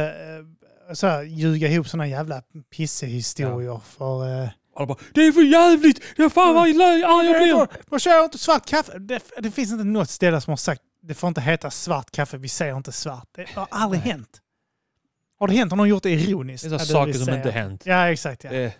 uh, så här, ljuga ihop såna jävla pissehistorier för... Uh, Alla bara, det är för jävligt! Det är fan vad arg jag blir! Man kör inte svart kaffe. Det, det finns inte något ställe som har sagt det får inte heta svart kaffe, vi säger inte svart. Det har aldrig Nej. hänt. Har det hänt? Har någon gjort det ironiskt? Det är Ja, så vill saker som säga. inte hänt. Ja, exakt. Ja. Det,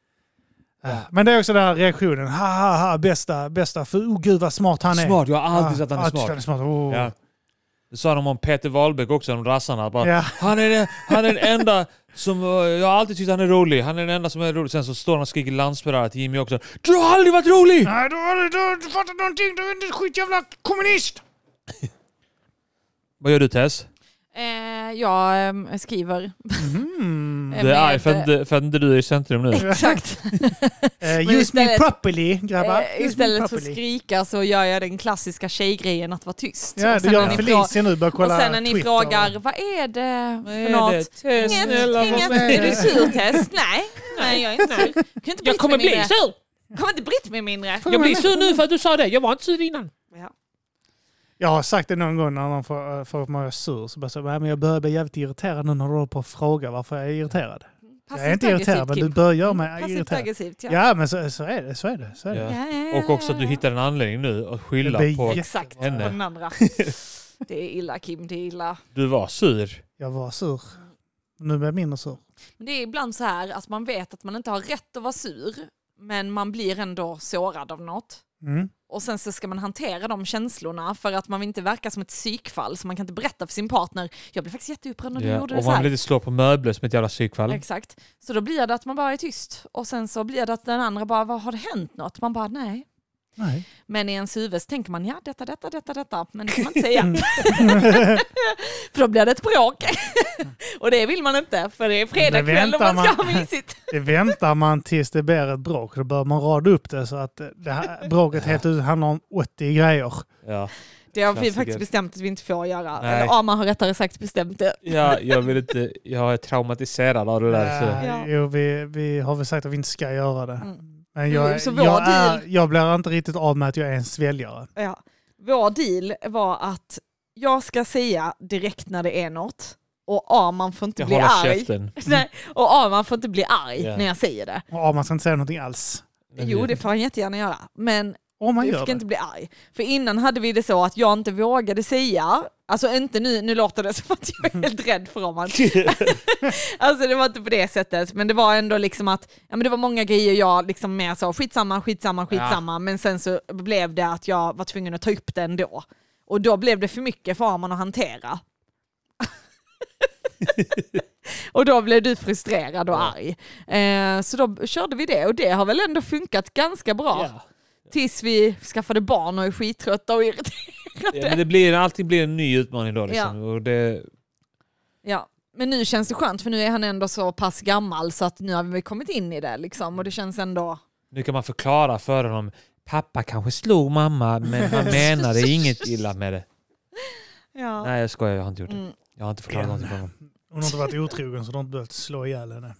Ja. Men det är också den här reaktionen. Ha, ha, ha, bästa, bästa. För oh, gud vad smart han är. smart, jag har alltid Ja, sagt att han är alltid smart. Han är smart. Oh. Ja. Det sa de om Peter Wahlbeck också, de rassarna. Bara, Ja. han, är den, han är den enda som... Jag har alltid tyckt han är rolig. Han är den enda som är rolig. Sen så står han och skriker landsförrädare till Jimmy också. Du har aldrig varit rolig! Nej, du har du, du, du fattar någonting. Du är inte skitjävla kommunist. Vad gör du, Tess? Eh, jag eh, skriver. Mm. Eh, Du är med- arg för att inte- för att inte du är i centrum nu. Exakt. Uh, Men use me istället- properly, grabbar. Eh, Use me istället för att properly. skrika så gör jag den klassiska tjejgrejen att vara tyst. Ja, Och du sen gör när en ni frå- Felicia nu. Börjar Och kolla sen när ni Twitter. frågar, vad är det för är något? det? Tess, Inget, snälla, vad inget. är Är det? du sur, Tess? Nej, nej jag är inte sur. Kan inte Jag bryta kommer mig bli mindre. sur! Kommer inte bryta mig mindre. Jag blir sur nu för att du sa det. Jag var inte sur innan. Ja. Jag har sagt det någon gång när någon får, får mig att sur. Så bara så, men jag börjar bli jävligt irriterad nu när du håller på att fråga varför jag är irriterad. Jag är inte irriterad, men du bör göra mig Passivt irriterad. aggressivt, ja. Ja, men så, så är det. Så är det, så är det. Ja. Ja, ja, ja, Och också att du ja. hittar en anledning nu att skylla Det blir på... jätte- Exakt, henne. på den andra. Det är illa Kim, det är illa. Du var sur. Jag var sur. Nu blir jag mindre sur. Men det är ibland så här att man vet att man inte har rätt att vara sur, men man blir ändå sårad av något. Mm. Och sen så ska man hantera de känslorna för att man vill inte verka som ett psykfall, så man kan inte berätta för sin partner, jag blev faktiskt jätteupprörd när du Ja. gjorde det Och så man här. vill inte slå på möbler som ett jävla psykfall. Exakt. Så då blir det att man bara är tyst. Och sen så blir det att den andra bara, vad har det hänt något? Man bara, nej. Nej. Men i ens huvud så tänker man, ja detta, detta, detta, detta. Men det kan man inte säga. För då blir det ett bråk. Och det vill man inte, för det är fredagkväll och väntar man ska man- ha mysigt. Det väntar man tills det blir ett bråk. Då bör man rada upp det så att det här bråket helt ut handlar om åttio grejer. Ja. Det har vi Klassiker. faktiskt bestämt att vi inte får göra. Nej. Eller Ama har rättare sagt bestämt det. Ja, jag vill inte... Jag är traumatiserad av det där. Så. Äh, Ja. Jo, vi, vi har väl sagt att vi inte ska göra det. Mm. Men jag, Jo, så vår jag, är, deal- jag blir inte riktigt av med att jag är en sväljare. Ja. Vår deal var att jag ska säga direkt när det är något. Och Aman får inte Jag bli håller arg. käften. Nej, och Aman får inte bli arg Ja. när jag säger det. Och man ska inte säga någonting alls. Jo, det får han jättegärna göra. Men Om man du gör ska det. inte bli arg. För innan hade vi det så att jag inte vågade säga, alltså inte nu, nu låter det som att jag är helt rädd för Aman. Alltså det var inte på det sättet, men det var ändå liksom att, ja men det var många grejer jag liksom mer så, skitsamma, skitsamma, skitsamma, ja. Men sen så blev det att jag var tvungen att ta upp det ändå. Och då blev det för mycket för Aman att hantera. Och då blev du frustrerad och Ja. arg. Eh, så då körde vi det och det har väl ändå funkat ganska bra. Ja. Tills vi skaffade barn och är skittrötta och irriterade. Ja, men det blir, allting blir en ny utmaning då. Liksom. Ja. Och det, Ja. Men nu känns det skönt för nu är han ändå så pass gammal så att nu har vi kommit in i det liksom. Och det känns ändå... nu kan man förklara för honom. Pappa kanske slog mamma, men han menade inget illa med det. Ja. Nej, jag skojar. Jag har inte gjort det. Mm. Jag har inte förklarat någonting för honom. Hon har inte varit otrogen så de har inte behövt slå ihjäl henne.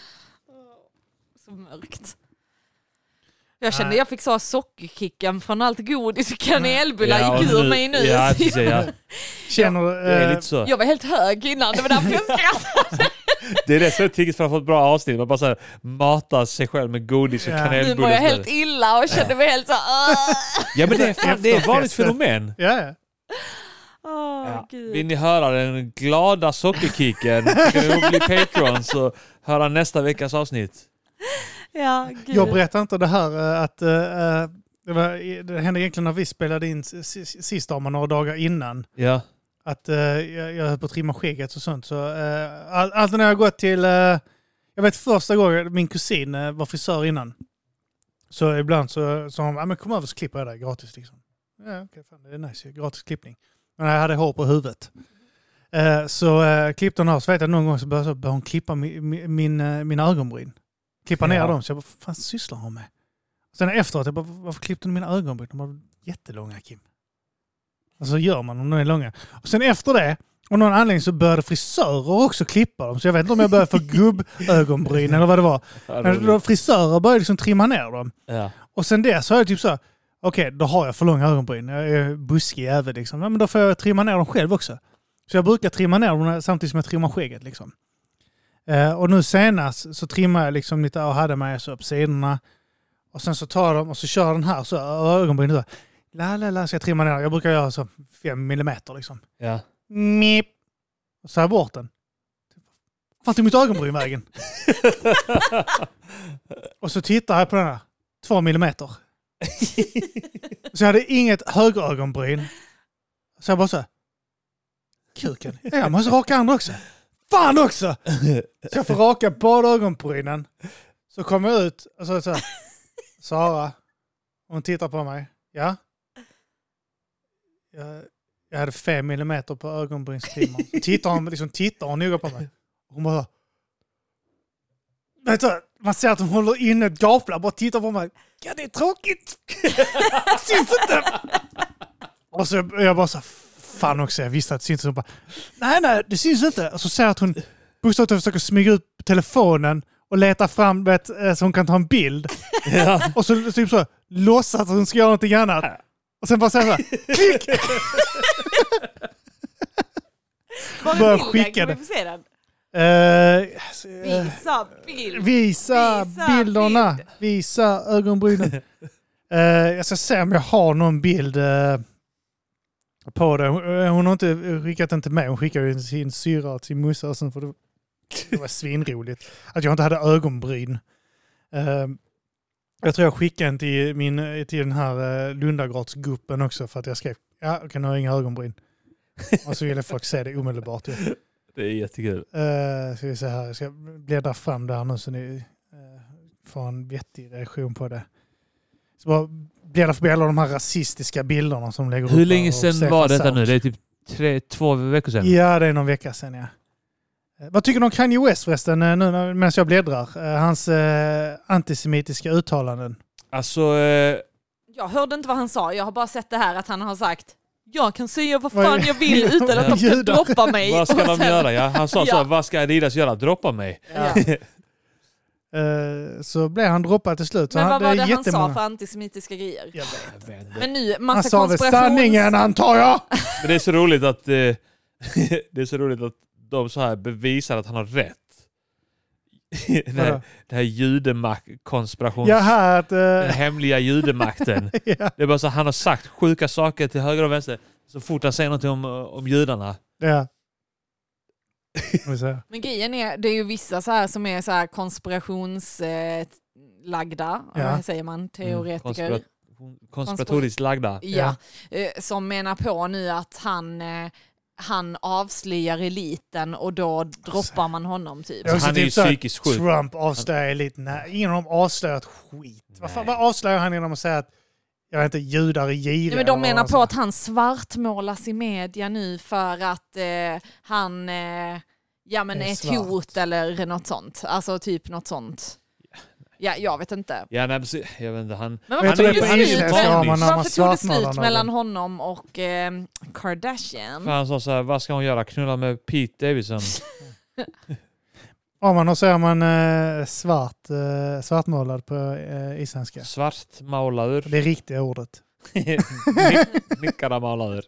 Så mörkt. Jag kände jag fick så sockerkicken från allt godis och kanelbullar och gick ur nu- mig nu. Ja, precis, ja. Känner du... Det är eh, lite så. Jag var helt hög innan, det var därför jag skrattade. Det är det som är tidigt för att få ett bra avsnitt. Man bara så här, matar sig själv med godis och Ja. Nu kanelbullar. mår jag helt illa och kände mig helt så... Ja, men det är, fan, det är ett vanligt Efterfesten. fenomen. Ja, ja. Åh. Ja. Gud. Vill ni höra den glada sockerkicken kan ni bli Patreon så höra nästa veckas avsnitt. Ja, gud. Jag berättar inte det här uh, att uh, det, var, det hände egentligen när vi spelade in sist om några dagar innan. Ja. Att uh, jag, jag höll på att trimma skägget och sånt. Så, uh, all, allt när jag har gått till... Uh, jag vet första gången min kusin uh, var frisör innan. Så ibland så sa hon, ja men kom över så klipper jag dig gratis liksom. Ja, okej, fan, det är nice. Gratis klippning. Men jag hade hår på huvudet. Uh, så uh, klippte hon av. Så vet jag någon gång så började, så började hon klippa min, min, uh, mina ögonbryn. Klippa ner ja. dem. Så jag bara, vad fan sysslar hon med? Sen efteråt, jag bara, varför klippte du mina ögonbryn? De var jättelånga, Kim. Alltså gör man om de är långa. Och sen efter det, och någon anledning så började frisörer också klippa dem. Så jag vet inte om jag började få gubbögonbryn eller vad det var. Men då frisörer började liksom trimma ner dem. Ja. Och sen det så är jag typ så, okej, okay, då har jag för långa ögonbryn. Jag är buskig jävel liksom. Ja, men då får jag trimma ner dem själv också. Så jag brukar trimma ner dem samtidigt som jag trimmar skägget liksom. Uh, och nu senast så trimmar jag liksom lite och hade mig så på sidorna. Och sen så tar de och så kör den här så ögonbrynet så. La la la, så jag trimmar ner. Jag brukar göra så fem millimeter liksom. Ja. Mip. Och så här bort den. Fan till mitt ögonbryn vägen. Och så tittar jag på den här. Två millimeter. Så jag hade inget högerögonbryn. Så jag bara så här. Kuken. Jag måste raka andra också. Fan också! Så jag får raka båda ögonbrynen. Så kommer jag ut och så, så här. Sara. Hon tittar på mig. Ja? Jag, jag hade fem millimeter på ögonbrynstrimman. Tittar hon, liksom, tittar hon noga på mig. Hon bara... Vet du, man ser att hon håller inne ett gaplar. Bara tittar på mig. Ja, det är tråkigt. Syns inte. Och så jag bara så... Fan också, jag visste att det syns. Hon bara, nej, nej, det syns inte. Och så säger att hon bokstavligt försöker smyga ut telefonen och leta fram vet, så hon kan ta en bild. Ja. Och så typ så låtsas att hon ska göra någonting annat. Och sen bara säger så här, klick! Bara skicka den. Kan vi få se den? Uh, visa bild. Visa, visa bilderna. Bild. Visa ögonbrynen. uh, jag ska se om jag har någon bild... Uh, på det. Hon har inte skickat den till mig. Hon skickade ju sin syra och sin mussa. Och sen för det, det var svinroligt. Att jag inte hade ögonbryn. Uh, jag tror jag skickade den till, min, till den här uh, Lundagradsgruppen också. För att jag skrev, ja okej okay, nu har jag inga ögonbryn. Och så ville folk se det omedelbart. Ja. Det är jättekul. Uh, ska vi se här. Jag ska bläddra fram där nu så ni uh, får en vettig reaktion på det. Så bara blir det förbi alla de här rasistiska bilderna som lägger upp. Hur länge sedan var detta nu? Det är typ tre, två veckor sedan. Ja, det är någon vecka sedan, ja. Vad tycker du om Kanye West förresten, nu medan jag bläddrar? Hans eh, antisemitiska uttalanden. Alltså... Eh... Jag hörde inte vad han sa. Jag har bara sett det här att han har sagt jag kan säga vad fan jag vill utan att de ska droppa mig. Vad ska sen... de göra? Ja? Han sa ja. så, vad ska Adidas göra? Droppa mig. Ja. Uh, så blev han droppad till slut. Så men vad var det jättemånga... han sa för antisemitiska grejer? Jag vet. Jag vet. Men nu, massa han sa konspirations... väl sanningen, antar jag! Men det är så roligt att eh, det är så roligt att de så här bevisar att han har rätt. den, här, den här judemakt-konspirations... Jaha, att, uh... den hemliga judemakten. Ja. Det är bara så att han har sagt sjuka saker till höger och vänster så fort han säger någonting om, om judarna. Ja. Men grejen är, det är ju vissa så här som är så här konspirationslagda, eh, ja. säger man, teoretiker. Mm, konspira- konspiratoriskt lagda. Ja, ja. Som menar på nu att han, eh, han avslöjar eliten och då droppar man honom typ. Han är typ ju psykiskt sjuk. Trump avslöjar eliten. Nej, ingen av dem avslöjat skit. Vad, fan, vad avslöjar han genom att säga att jag vet inte, judar är giriga? Nej, men de menar på att han svartmålas i media nu för att eh, han eh, ja, men är ett hot eller något sånt. Alltså typ något sånt. Ja, jag vet inte. Ja, nej, jag vet inte. Han, men han varför är tog det ju slut, han varför tog det slut mellan honom och eh, Kardashian? För han sa så här, vad ska hon göra? Knulla med Pete Davidson? Om man säger man eh, svart, eh, svartmålad på eh, isländska. Svartmåladur. Det är riktiga ordet. Nickade måladur.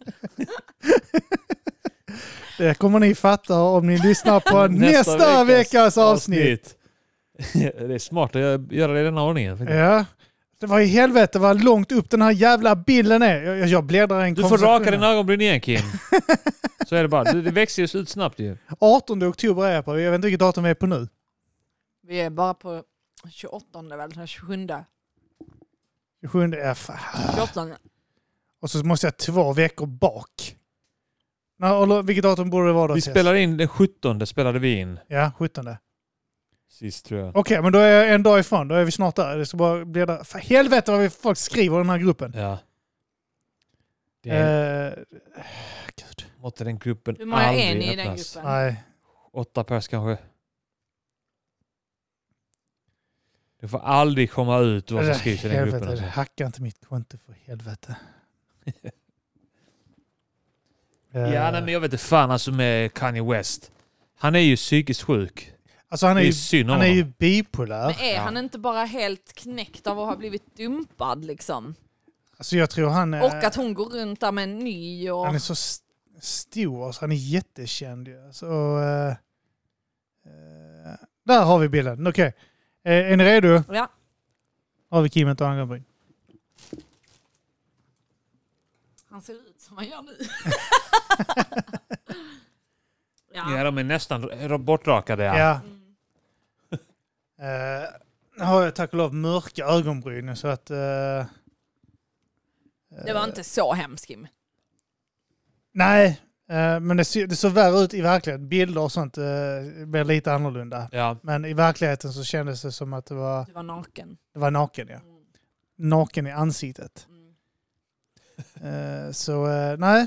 Det kommer ni fatta om ni lyssnar på nästa, nästa veckas avsnitt. avsnitt. Det är smart att göra det i den här ordningen. Ja, Det var i helvete vad långt upp den här jävla bilden är. Jag, jag bläddrar en Du får raka din ögonbryn igen, Kim. Så är det bara. Det, det växer ju ut snabbt ju. artonde oktober är jag på. Jag vet inte vilket datum vi är på nu. Vi är bara på tjugoåttonde väl, tjugosjunde. tjugosjunde F. tjugoåttonde. Och så måste jag två veckor bak. Nå, vilket datum borde det vara då? Vi spelar in den sjuttonde spelade vi in. Ja, sjuttonde. Sist tror jag. Okej, okay, men då är jag en dag ifrån. Då är vi snart där. Det ska bara bli där. För helvete vad vi folk skriver i den här gruppen. Ja. Det är... Uh, gud. Måtte den gruppen Hur många är ni i den öppnas. gruppen? Nej. Åtta pers kanske. Det får aldrig komma ut vad som skrivs i den helvete, gruppen. Alltså. Hacka inte mitt konto för helvete. Ja, nej, men jag vet inte fan alltså med Kanye West. Han är ju psykiskt sjuk. Alltså han är, det är ju, synd han är honom. ju bipolär. Men är Ja. han inte bara helt knäckt av att ha blivit dumpad liksom? Alltså jag tror han är... Och att hon går runt där med en ny och... Han är så st- stor, så han är jättekänd. Så, uh, uh, där har vi bilden. Okej. Okay. Uh, är ni redo? Ja. Har vi Kim och ögonbryn. Han ser ut som han gör nu. Ja. ja. De är nästan bortrakade. Ja. Ja. Uh, nu har jag tack och lov mörka ögonbryn så att... Uh, Det var inte så hemskt, Kim. Nej, uh, men det, ser, det såg värre ut i verkligheten. Bilder och sånt uh, blir lite annorlunda. Ja. Men i verkligheten så kändes det som att det var... Du var naken. Det var naken, ja. Mm. Naken i ansiktet. Mm. Uh, så, uh, nej.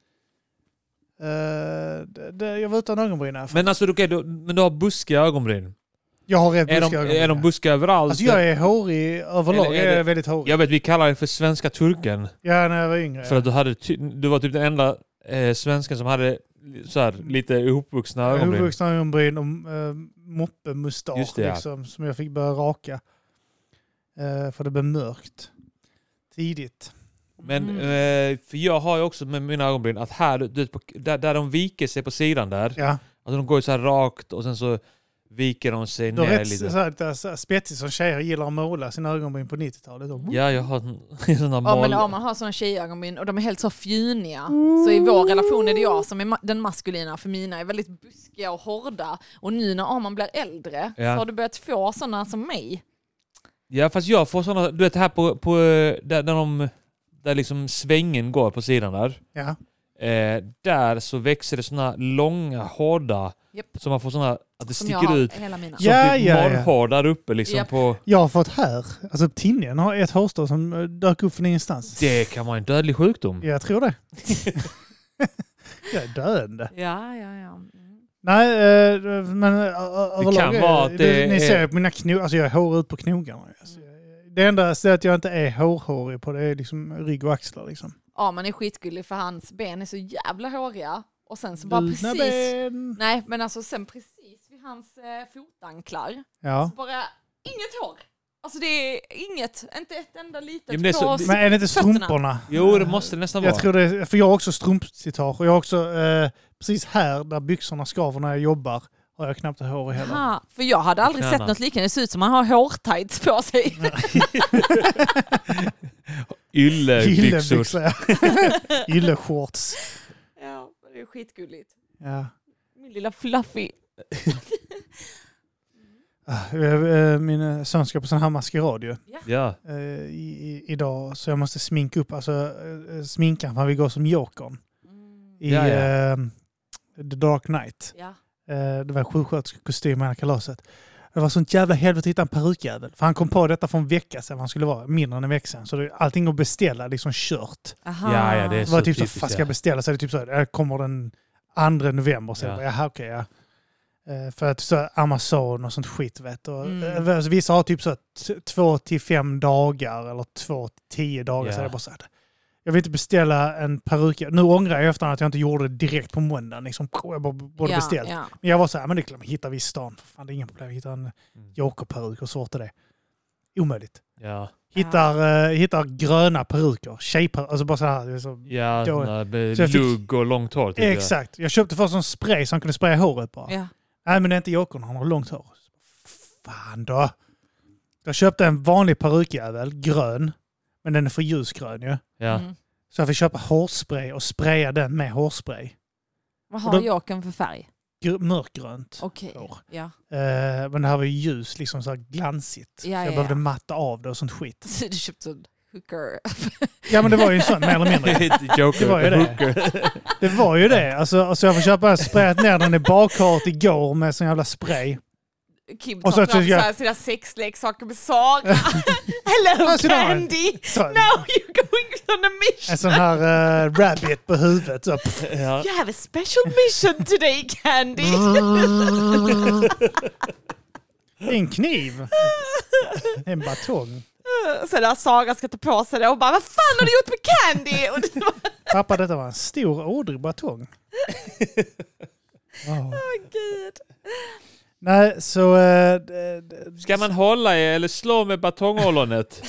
Uh, det, det, jag var utan ögonbryn här. Men alltså, okay, du, men du har buskiga ögonbryn. Jag har rätt Är buskiga de, ögonbryn. är de buskiga överallt? Alltså jag är hårig överlag. Eller är Jag är det- väldigt hårig. Jag vet, vi kallar det för svenska turken. Ja, när jag var yngre. För att du, hade ty, du var typ den enda eh, svensken som hade så här, lite ihopvuxna ögonbryn. Huvudvuxna ögonbryn och uh, moppe-mustasch Just det, ja. liksom, som jag fick börja raka. Uh, för det blev mörkt. Tidigt. Men Mm. eh, för jag har ju också med mina ögonbryn att här, du vet, på, där, där de viker sig på sidan där. Ja. Alltså de går ju så här rakt och sen så viker de sig Du har ner rätt lite. så här, så här, spetsigt som tjejer gillar att måla sina ögonbryn på nittiotalet. Ja, jag har en- såna Ja, mal... men ja, man har såna tjejögonbryn och de är helt så fjuniga. Så i vår relation är det jag som är ma- den maskulina, för mina är väldigt buskiga och hårda. Och nu när Arman blir äldre Ja. så har du börjat få såna som mig. Ja, fast jag får såna, du vet här på, på där, där de, där liksom svängen går på sidan där. Ja. Eh, där så växer det såna långa, hårda, Japp. så man får såna, att det Som jag sticker har ut. hela mina. Som Ja, typ ja, ja. morrhår där uppe liksom Japp. på... Jag har fått här. Alltså tinningen har ett hårstrå som eh, dök upp från ingenstans. Det kan vara en dödlig sjukdom. Jag tror det. Jag är döende. Ja, ja, ja. Mm. Nej, eh, men ö- ö- överlag... kan vara att det Ni är- ser på mina knogar, alltså jag är hår ut på knogarna. Alltså, det enda är att jag inte är hårhårig på det är liksom rygg och axlar liksom. Ja, man är skitgullig för hans ben är så jävla håriga. Och sen så bara Dina precis... ben. Nej, men alltså sen precis vid hans eh, fotanklar Ja. så bara inget hår. Alltså det är inget, inte ett enda litet Ja, men det är så- på det- Men är det inte fötterna. strumporna? Jo, det måste det nästan vara. Jag tror det, för jag har också strumpcitage och jag har också eh, precis här där byxorna skaver när jag jobbar har jag knappt hår i heller. Aha, för jag hade aldrig Knäna. sett något liknande. Det ser ut som man har hårtights på sig. Yllebyxor. Yllebyxor. Ylleshorts. Ja, det är skitgulligt. Ja. Min lilla fluffy. Ah, eh, Min son ska på sån här maskerad ju. Ja. eh, i, i, idag så jag måste sminka upp, alltså eh, sminka man vill gå som Jokern Mm. i Ja, ja. eh, The Dark Knight. Ja. Eh, det var en sjuksköterskekostym i hela kalaset. Det var sånt jävla helvete att hitta en perukjävel. För han kom på detta för en vecka sedan, han skulle vara mindre än en vecka sedan. Så det, allting att beställa liksom kört. Aha. Ja, ja, det är Det var så typ så, typiskt, fast ska jag ja. beställa så är det typ så, jag kommer den andra november. Så Ja. jag bara, jaha, okej, ja. Eh, För att så Amazon och sånt skit vet. Och, Mm. eh, vissa har typ så t- två till fem dagar eller två till tio dagar. Ja. Så är det bara så här, jag vill inte beställa en peruk. Nu ångrar jag efter att jag inte gjorde det direkt på måndagen. Liksom, jag bara borde Ja, beställt. ja. Men jag var så här, men det är klart, hittar vi i stan. För fan, det är inga problem. Hittar en Mm. jokerperuk och svårt är det. Omöjligt. Ja, Hittar, eh, hittar gröna peruker. Tjejperuker. Alltså bara så här. det är så- ja Då- såna med så jag fick- lugg och långt hår. Typ, Exakt. Jag köpte först en spray som kunde spraya håret bara. Ja. Nej, men det är inte Jokern. Han har långt hår. Fan då. Jag köpte en vanlig perukjävel, grön. Men den är för ljusgrön ju. Ja. Mm. Så jag fick köpa hårspray och spraya den med hårspray. Vad har Och då- Jokern för färg? Gr- mörkgrönt. Okej. hår. Ja. Eh, men det här var ju ljus, liksom så här glansigt. Ja, så ja, jag behövde ja. matta av det och sånt skit. Så du köpte en hooker. Ja men det var ju en sån, mer eller mindre. Joker, Det var ju det. hooker. Det var ju det. Alltså, alltså jag får köpa sprayat ner den i bakharet igår med sån jävla spray. Kim Och tar så fram tycker jag- så här sina sexleksaker med Sara. Hello Alltså, det var en- Candy! Så, Now you're going on a mission! en sån här uh, rabbit på huvudet. Så, Ja. You have a special mission today Candy! en kniv. En batong. Så där Sara ska ta på sig det och bara vad fan har du gjort med Candy? Och det var, Pappa, detta var en stor ådrig batong. Wow. åh gud. Nej, så... eh, d- d- Ska man hålla i eller slå med batongollonet?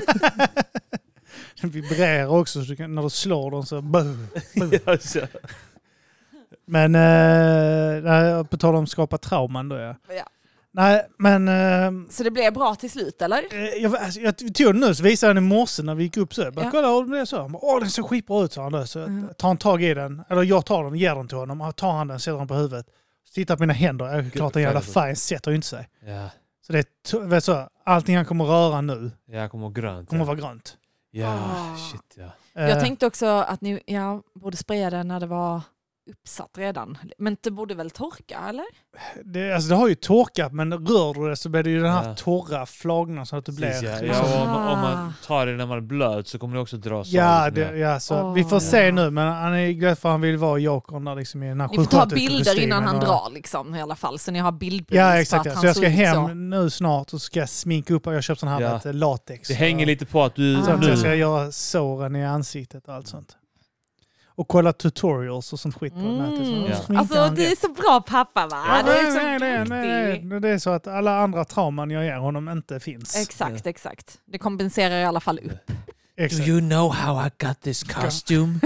Den vibrerar också så du kan, när du slår den så... Boom, boom. Alltså. Men eh, nej, på tal om skapa trauman då ja. Ja. Nej, men... Eh, Så det blev bra till slut eller? eh, jag, alltså, jag tog den nu så visade jag den i morse när vi gick upp så. Jag bara, Ja. kolla hur det är så. Han bara, åh den ser skitbra ut, sa han då. Så Mm. tar han tag i den. Eller jag tar den och ger den till honom. Och tar han den, sätter den på huvudet. Så tittar på mina händer. Jag är klart den jävla färgen sätter ju inte sig. Ja, Så det är t- vet du så, allting han kommer röra nu jag kommer grönt. kommer Ja, vara grönt. ja Ah. shit ja. Eh, Jag tänkte också att ni ja, borde spraya den när det var uppsatt redan. Men det borde väl torka eller? det, alltså, det har ju torkat men rör du det så blir det ju den här Ja. torra flagnan så att det blir... Precis, ja. liksom- Ja, om, man- om man tar det när man är blöt så kommer det också dras Ja, av lite det, mer. ja så Åh, vi får ja. se nu, men han är glad för han vill vara Jokern där liksom i den här Ni får ta sjuksköterskekostymen bilder innan han och- drar liksom i alla fall. Så ni har bildbevis Ja, på exakt. att Ja. han Så jag ska såg ut hem så. nu snart och ska jag sminka upp och jag har köpt sån här Ja. vet, du, latex. Det hänger Och- lite på att du Så att Ah. jag ska nu... göra såren i ansiktet och allt sånt. Och kolla tutorials och sånt skit på Mm. nätet. Så Ja. sminkar Alltså han du är rätt. så bra pappa va? Ja, du är nej, så nej, nej, nej, duktig. nej. Det är så att alla andra trauman jag ger honom inte finns. Exakt, exakt. Det kompenserar i alla fall upp. Exakt. you know how I got this costume?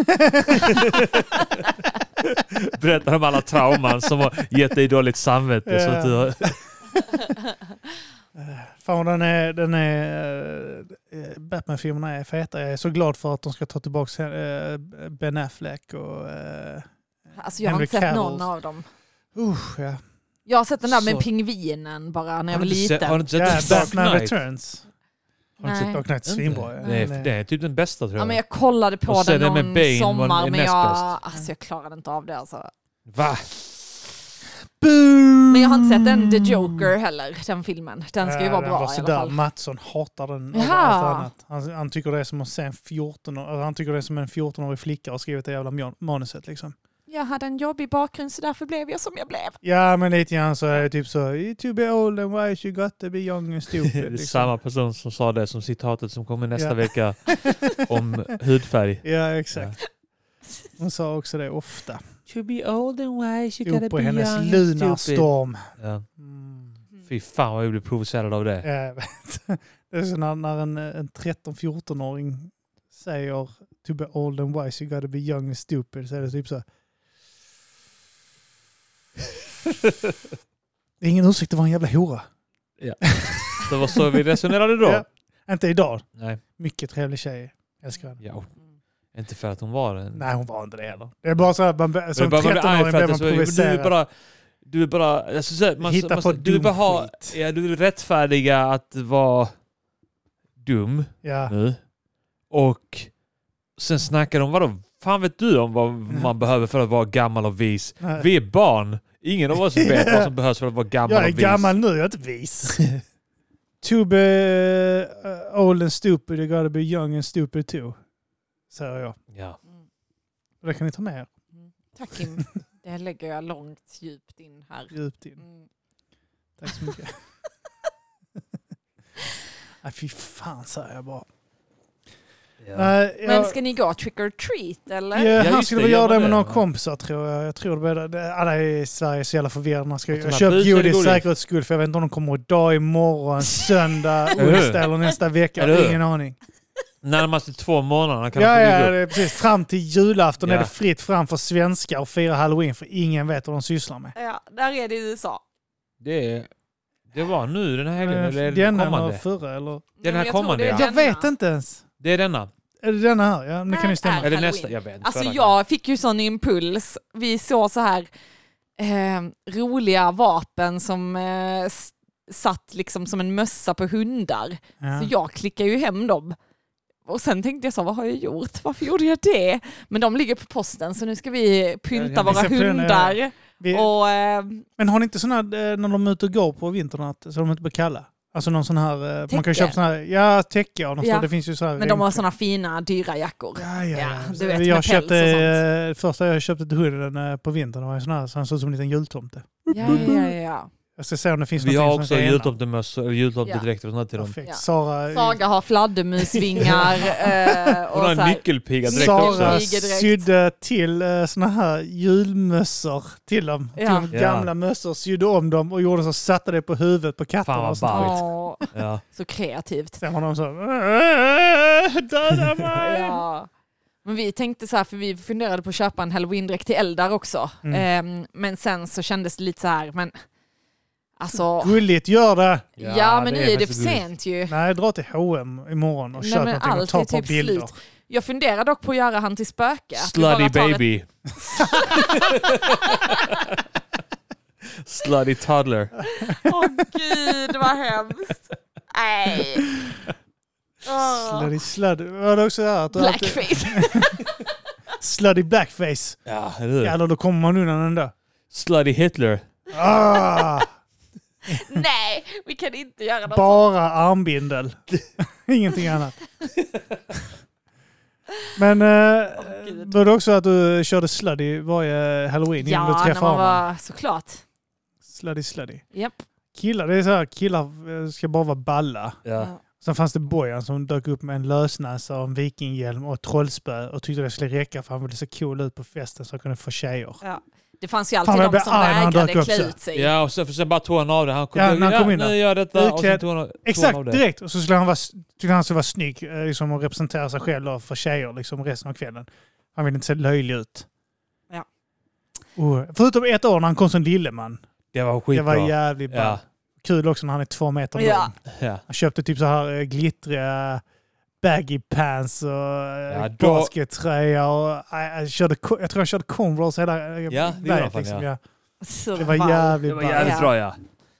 Berättar om alla trauman som har gett dig dåligt samvete. Så att du har... Fan, den är, den är, äh, Batman-filmerna är feta. Jag är så glad för att de ska ta tillbaka äh, Ben Affleck och... Äh, Alltså jag har Henry inte sett Cavill. någon av dem. usch, ja. Jag har sett den där med Så- pingvinen bara när jag Har var du inte sett- liten. har du inte sett Ja, The Dark Batman Knight? Returns. Har du Nej. sett Dark Knight? Svinbra. Ja. Det är, Den det är typ den bästa tror jag. Ja, men jag kollade på Och sen den den med någon Bane var sommar den men näst jag, bäst. alltså, jag klarade inte av det. Alltså. Va? Boom! Men jag har inte sett den The Joker heller, den filmen. Den ska ju Ja, vara den bra var i så alla där. fall. Mattsson hatar den Jaha. över allt annat. Han, han tycker det är som att se en fjorton år, han tycker det är som en fjorton-årig flicka har skrivit det jävla man- manuset liksom. Jag hade en jobbig bakgrund så därför blev jag som jag blev. Ja, men lite grann så är det typ så you to be old and wise you got to be young and stupid. Det är liksom. samma person som sa det som citatet som kommer nästa Ja. vecka om hudfärg. Ja, exakt. Hon sa också det ofta. To be old and wise you Upp på hennes lunarstorm. Ja. Mm. Fy fan vad jag blir provocerad av det. Jag vet. Det är så när, när en, en tretton-fjorton-åring säger to be old and wise you got to be young and stupid så är det typ så. Det är ingen ursäkt, det var en jävla hora. Det var så vi resonerade då. Ja. Inte idag. Nej. Mycket trevlig tjej. Älskar henne. Ja. Inte för att hon var en... Nej, hon var inte det heller. Det är bara så att man, Men som bara- man blir arg tretton-åring för blir att man det är så- Du provocerad. vill bara... Du vill bara... Alltså, så här, man, Hitta man, på du vill bara dum ha... skit. Ja, du vill rättfärdiga att vara dum Ja. nu. Och sen snackar de, vadå? Fan vet du om vad man behöver för att vara gammal och vis? Nej. Vi är barn. Ingen av oss vet vad som behövs för att vara gammal Jag är och vis. gammal nu, jag är inte vis. To be uh, old and stupid, you gotta be young and stupid too. Säger jag. Ja. Och det kan ni ta med er Tack Kim. Det lägger jag långt djupt in här. djupt in. Mm. Tack så mycket. Nej, fy fan säger jag bara. Ja. Nej, jag, Men ska ni gå trick or treat eller? ja, Ja, han just skulle det, väl gör göra man det med det, några va? kompisar tror jag. Jag tror det, det alla i Sverige är så jävla förvirrade. Man ska, Och jag såna köpt bus är godis godis. säkerhets skull för jag vet inte om de kommer idag, imorgon, söndag, Eller hur? onsdag eller nästa vecka. Eller hur? Ingen aning. Närmaste två månaderna kan Ja, man få ja, bygga det upp. är precis. Fram till julafton Ja. är det fritt fram för svenskar och fira halloween för ingen vet vad de sysslar med. Ja, där är det i U S A. Det är, det Det var nu den här helgen, eller är det denna kommande? eller förra, eller? Den här jag tror kommande, det är ja. Jag denna. vet inte ens. Det är denna. Är det denna här? Ja, det kan ju stämma. Är Eller Halloween. nästa, jag vet inte. Alltså förra jag fick ju sån impuls. Vi såg så här eh, roliga vapen som eh, s- satt liksom som en mössa på hundar. Ja. Så jag klickade ju hem dem. Och sen tänkte jag så, vad har jag gjort? Varför gjorde jag det? Men de ligger på posten så nu ska vi pynta Ja, våra vi ska pynta, hundar. ja. Vi, Och, eh, men har ni inte såna här, eh, när de är ute och går på vintern, så de inte blir kalla? Alltså någon sån här, eh, man kan Täcke? köpa såna här, ja täcke och något Ja. så, det finns ju så här. men de har såna fina, dyra jackor. Ja, ja, Ja, ja. du vet, jag med köpte, päls och eh, första jag köpte till hunden eh, på vintern, det var ju sån här, så han såg ut som en liten jultomte. Ja, ja, ja, ja. Jag ska se om det finns Vi har någonting också som heter jultomtemössor, jultomtedräkter och sånt till dem. Perfekt. Ja. Sara, Saga har fladdermusvingar. eh, Hon har och en så här, nyckelpiga direkt Sara också. Nyckelpiga. sydde till eh, såna här julmössor till dem. Ja. Till Ja. gamla mössor, sydde om dem och gjorde så, satte det på huvudet på katterna. Fan vad och sånt. ballt. åh, Ja. så kreativt. Sen var de så, "Äh, döda mig! Ja. Men vi tänkte så här, för vi funderade på att köpa en Halloween-dräkt till Eldar också. Mm. Ehm, men sen så kändes det lite så här, men alltså, Gulligt, gör det! ja, men nu är det för faktiskt gulligt. sent ju. Nej, dra till H och M imorgon och Nej, köp men någonting och allt ta är ett par typ bilder. slut. Jag funderar dock på att göra han till spöke. Att vi Slutty bara tar ett- baby. Slutty toddler. Åh gud, vad hemskt. Nej. Åh. Sluddy sluddy. Var det också här? Att du alltid- Blackface. Sluddy blackface. Ja, eller hur? Jävlar, då kommer man undan ändå. Slutty Hitler. Ah, Nej, vi kan inte göra något. bara armbindel. Ingenting annat. Men eh, Gud. var det också att du körde sluddy varje halloween innan Ja, du när träffade man honom? var såklart. Sluddy sluddy. Japp. Killar, det är så här, killar eh, ska bara vara balla. Ja. Sen fanns det Bojan som dök upp med en lösnäsa och en vikinghjälm och ett trollspö och tyckte det skulle räcka för han ville se cool ut på festen så han kunde få tjejer. Ja. Det fanns ju Fan, alltid jag de blev som arg när han vägrade dök upp klä så. ut sig. Ja, och sen, sen bara tog han av det. Han kom Ja, när han kom in ja, där. nu gör jag detta. Och sen Utklädd. tog han, tog han Exakt, av det. direkt. Och så skulle han vara, skulle han så vara snygg eh, liksom, och representera sig själv då, för tjejer liksom, resten av kvällen. Han ville inte se löjlig ut. Ja. Oh, förutom ett år när han kom som lilleman. Det var Det skitbra. var jävligt bra. Ja. Kul också när han är två meter Ja. lång. Ja. Han köpte typ så här eh, glittriga baggy pants och eh, Ja, då- baskettröja och eh, jag, körde, ko- jag tror han körde Converse hela eh, Ja, det gjorde vägen, han fan, liksom, ja. ja. Så Det var ball. jävligt Det var bra. jävligt Ja. bra, ja.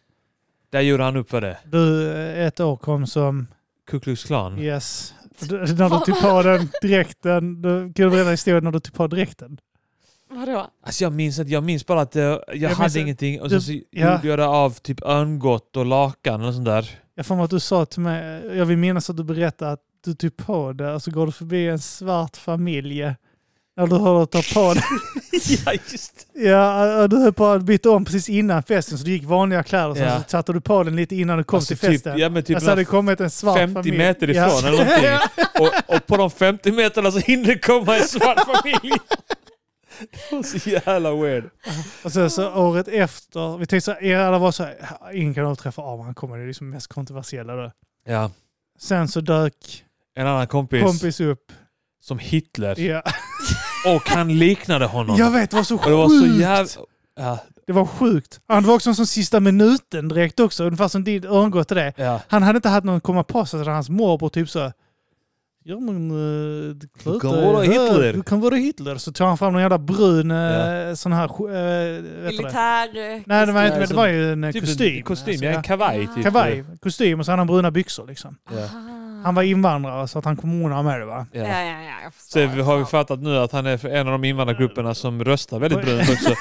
Där gjorde han upp för det. Du, eh, ett år kom som Ku Klux Klan. yes. Du, när du tog på den dräkten, du kan du berätta historien när du tog på dräkten? Vadå? Alltså jag minns inte, jag minns bara att eh, jag, minns hade att ingenting och du- så, så ja. gjorde jag det av typ örngott och lakan och sånt där. Jag får mig att du sa till mig, jag vill minnas att du berättade att du tog på det och så går du förbi en svart familj när du hörde att ta på det. Ja, just Ja, du höll på att byta om precis innan festen så du gick vanliga kläder och sen Ja. så satte du på den lite innan du kom Alltså till festen. typ, ja, men typ jag sa det kommit en svart femtio familj. meter ifrån Ja. eller någonting. Och, och på de femtio meterna så hinner det komma en svart familj. Det var så jävla weird. Och sen så året efter, vi tänkte så här, ja, det var så här, ingen kan överträffa av han kommer, det är liksom mest kontroversiella då. Ja. Sen så dök En annan kompis, kompis upp. som Hitler. Ja. Och han liknade honom. Jag vet, det var så och sjukt. det var så jävla... Ja, Det var sjukt. Han var också en sån sista minuten direkt också, ungefär som din örngott till det. ja. Han hade inte haft någon komma på sig, så hans morbror typ så ja men uh, du, Du kan vara Hitler. du kan vara Hitler. Så tog han fram någon jävla brun Ja. uh, sån här uh, vet du det? Militär... eh, Nej det var inte, Nej, det var ju en Typ kostym. En kostym, Alltså, ja, en kavaj. Typ. Kavaj, kostym och så hade han bruna byxor liksom. Ja. Aha. Han var invandrare så att han kom undan med det va. Ja, Ja. ja, ja, jag Så förstår. vi har vi fattat nu att han är en av de invandrargrupperna som röstar väldigt brunt också.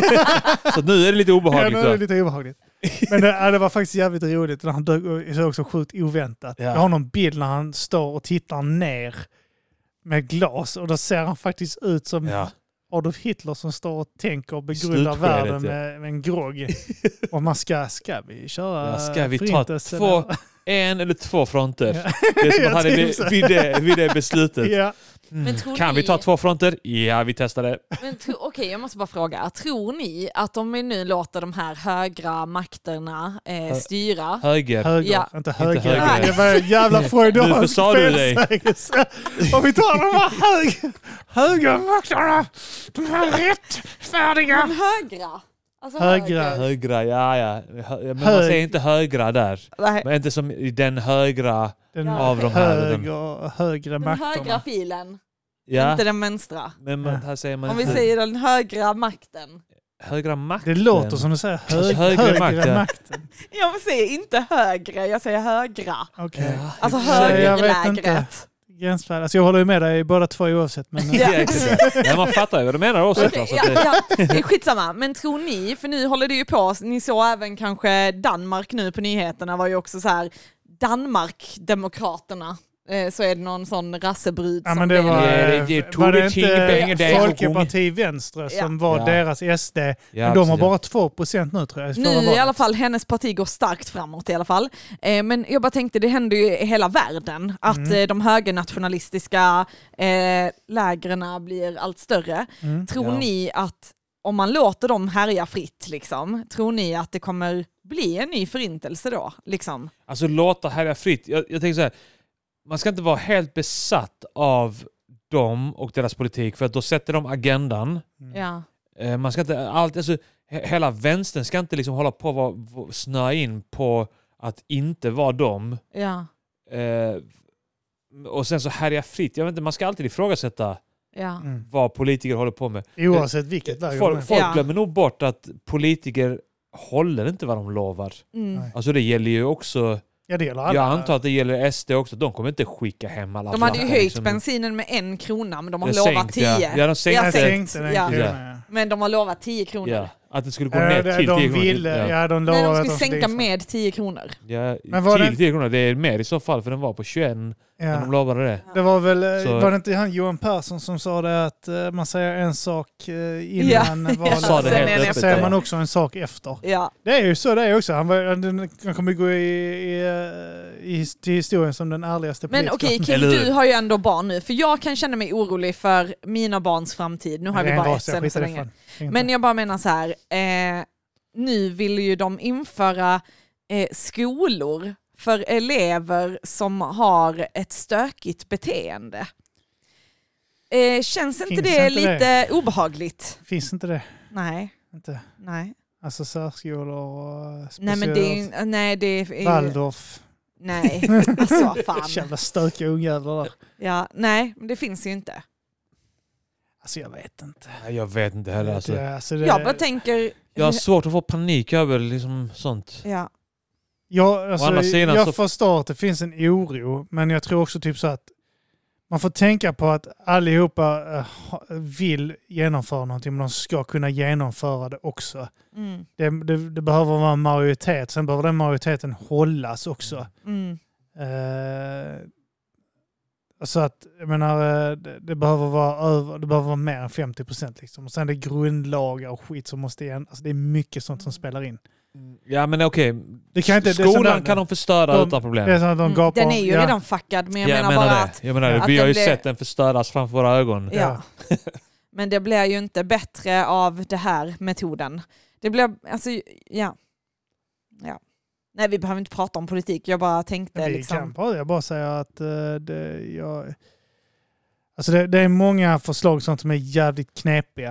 Så nu är det lite Ja, obehagligt. nu är det va? lite obehagligt. Men det, ja, det var faktiskt jävligt roligt. När han dök, och så också sjukt oväntat. Ja. Jag har någon bild när han står och tittar ner med glas och då ser han faktiskt ut som Ja. Adolf Hitler som står och tänker och begrundar Slutskedet, världen ja. med, med en grogg. Och man ska, ska vi köra Ja, ska vi ta förintelsen, två, eller? en eller två fronter? Ja. Det är som Jag att han är tror vid, så. vid, det, vid det beslutet. Ja. Men tror Kan ni- vi ta två fronter? Ja, vi testar det. Men tro, okej, jag måste bara fråga. Tror ni att om vi nu låter de här högra makterna eh, styra... Höger. Höger, Ja. inte höger. höger. Det var en jävla Nu freudiansk försade du dig. felsägelse. Och vi tar de här hög, högermakterna, de här rättfärdiga. De högra? Alltså Högra. höger. Högra, ja ja. Hö, men man Hög- säger inte högra där. Nej. Men inte som i den högra. Den Ja. Av de här, höger, högre Den makterna. högra filen, Ja. inte den vänstra. Men man, Ja. här säger man Om vi hö- säger den högra makten. högra makten. Det låter som du säger hög, Alltså, högre högre makt, ja. makten. Jag säger inte högre, jag säger högra. Okej. Ja. Alltså Så jag vet inte. högerlägret. Gränsfall. Alltså jag håller ju med dig i båda två oavsett. Men, Ja. Ja, exakt. Ja, man fattar ju vad du menar också. Okej, Så att ja, det, ja, det är skitsamma. Men tror ni, för nu håller det ju på, ni såg även kanske Danmark nu på nyheterna var ju också så här, Danmark-demokraterna. Eh, så är det någon sån rassebrud ja, som men det blev- var, Ja, det- eh, det är var det Tore Tingberg, inte det är Folkeparti Venstre som var Ja. deras S D. ja, Men de har precis, bara två procent nu tror jag. i förra Nu i valet. alla fall, hennes parti går starkt framåt i alla fall. Eh, men jag bara tänkte, det händer ju i hela världen att Mm. eh, de högernationalistiska eh, lägren blir allt större. Mm. Tror Ja. ni att om man låter dem härja fritt, liksom, tror ni att det kommer bli en ny förintelse då? Liksom? Alltså låta härja fritt. Jag, jag tänker så här, man ska inte vara helt besatt av dem och deras politik för att då sätter de agendan. Mm. Ja. Eh, man ska inte allt, alltså, he- hela vänstern ska inte liksom hålla på att vara- vara- snöa in på att inte vara dem. Ja. Eh, och sen så härja fritt. Jag vet inte, man ska alltid ifrågasätta Ja. Mm. vad politiker håller på med. Oavsett vilket läge de är. Folk, folk Ja. glömmer nog bort att politiker håller inte vad de lovar. Mm. Nej. Alltså det gäller ju också, Ja, det gäller alla. jag antar att det gäller S D också, de kommer inte skicka hem alla De hade ju flackor, höjt liksom. bensinen med en krona, men de har Det lovat sänkt, ja. tio. Ja, de sänkte- Jag Jag sänkt, sänkte den ja. kronan, ja. Men de har lovat tio kronor. Ja, att det skulle gå Ja, ner det- till de tio kronor. ville, Ja. ja, de Nej, lovade de att skulle skulle sänka införa. med tio kronor. Ja, Men var till det- tio kronor, det är mer i så fall för den var på tjugoett när Ja. de lovade det. Det var väl, Så- var det inte han Johan Persson som sa det att eh, man säger en sak eh, innan Ja. valet, Sa det Sen helt är det så öppet, säger ja. man också en sak efter. Ja. Det är ju så det är också. Han, var, han, han kommer gå i, i, i, till historien som den ärligaste Men politikern. okej, Kim, Eller hur? du har ju ändå barn nu. För jag kan känna mig orolig för mina barns framtid. Nu har Det är vi en bara ras, ett jag sen så skiter i det länge. fan. Men jag bara menar så här. Eh, nu vill ju de införa eh, skolor för elever som har ett stökigt beteende. Eh, känns inte Finns det inte lite obehagligt? Finns inte det? Nej, Inte. nej. Alltså särskolor och speciellt. Nej, men det är ju... Nej, det är ju... Waldorf. Nej, alltså fan. Jävla stökiga ungjävlar där. Ja, nej, men det finns ju inte. Alltså jag vet inte. Nej, jag vet inte heller. Alltså. Det, alltså det, Jag bara tänker... Jag har svårt att få panik över liksom sånt. Ja. jag, alltså, Å andra sidan jag så- förstår att det finns en oro, men jag tror också typ så att man får tänka på att allihopa eh, ha- vill genomföra någonting, men de ska kunna genomföra det också. Mm, Det, det, det behöver vara en majoritet, sen behöver den majoriteten hållas också. mm, Eh, så att, jag menar, eh, det, det, behöver vara över, det behöver vara mer än femtio procent. Liksom. Och sen är det grundlagar och skit som måste igen. Alltså det är mycket sånt som spelar in. Ja men okej, Det kan inte- det är skolan sådär- kan de förstöra de- utan problem. Det är så att de mm. gapar, Den är ju ja. redan fuckad, men jag Ja, menar jag menar bara det. att... Jag menar det. att Vi har den ju blir- sett den förstöras framför våra ögon. Ja. Men det blir ju inte bättre av det här metoden. Det blir, alltså, ja. ja. Nej, vi behöver inte prata om politik. Jag bara tänkte Vi liksom... kan bara, jag bara säga att uh, det, jag, alltså det, det är många förslag sånt som är jävligt knepiga.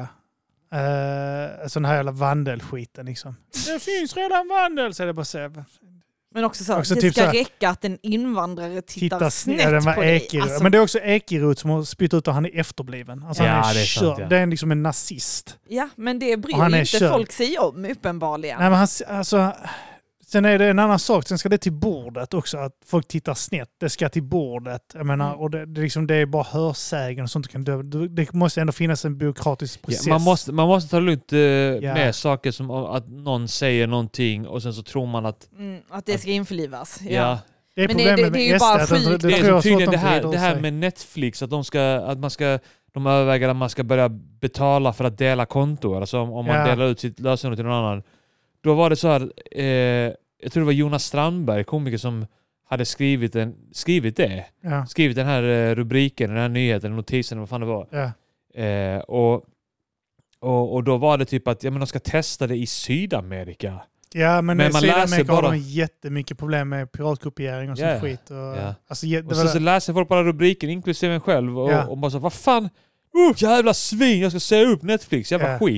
Uh, sån här jävla vandelskiten liksom. Det finns redan vandel, så är det bara att säga. Men också så, Också det typ ska så här- räcka att en invandrare tittar Titta snett snett, ja, den var på dig. Ekerot. Alltså, Men det är också Ekerot som har spytt ut och han är efterbliven. Alltså Ja, han är det är körd. sant, ja. Det är liksom en nazist. ja, men det bryr Och han ju är inte körd. folk sig om uppenbarligen. Nej, men han, alltså, sen är det en annan sak. Sen ska det till bordet också. Att folk tittar snett. Det ska till bordet. Jag menar, Mm. och det, det, är liksom, det är bara hörsägen och sånt. Kan dö. Det måste ändå finnas en byråkratisk Ja, process. man, måste, man måste ta lugnt eh, Ja. med saker som att någon säger någonting och sen så tror man att... Mm, att det ska införlivas. Ja. Ja, det är men det- problemet det- det är med ju S D. bara att de- skit. det det är tror som jag så tydligen att det de här, vrider det här sig. med Netflix, att de ska, att man ska, de överväger att man ska börja betala för att dela konto. Alltså om, om man Ja. delar ut sitt lösenord till någon annan. Då var det så här, eh, jag tror det var Jonas Strandberg, komiker, som hade skrivit, en, skrivit det. Ja, Skrivit den här eh, rubriken, den här nyheten, notisen, vad fan det var. ja. Eh, och, och, och då var det typ att ja, men de ska testa det i Sydamerika. ja, men, Men men man Sydamerika läser har bara- de jättemycket problem med piratkopiering och sånt Ja, ja. skit. Och, Ja. alltså, det Och var så, så det. läser folk bara rubriken, inklusive en själv, och, Ja. och bara så vad fan, oh, jävla svin, jag ska säga upp Netflix, jävla Ja. skit.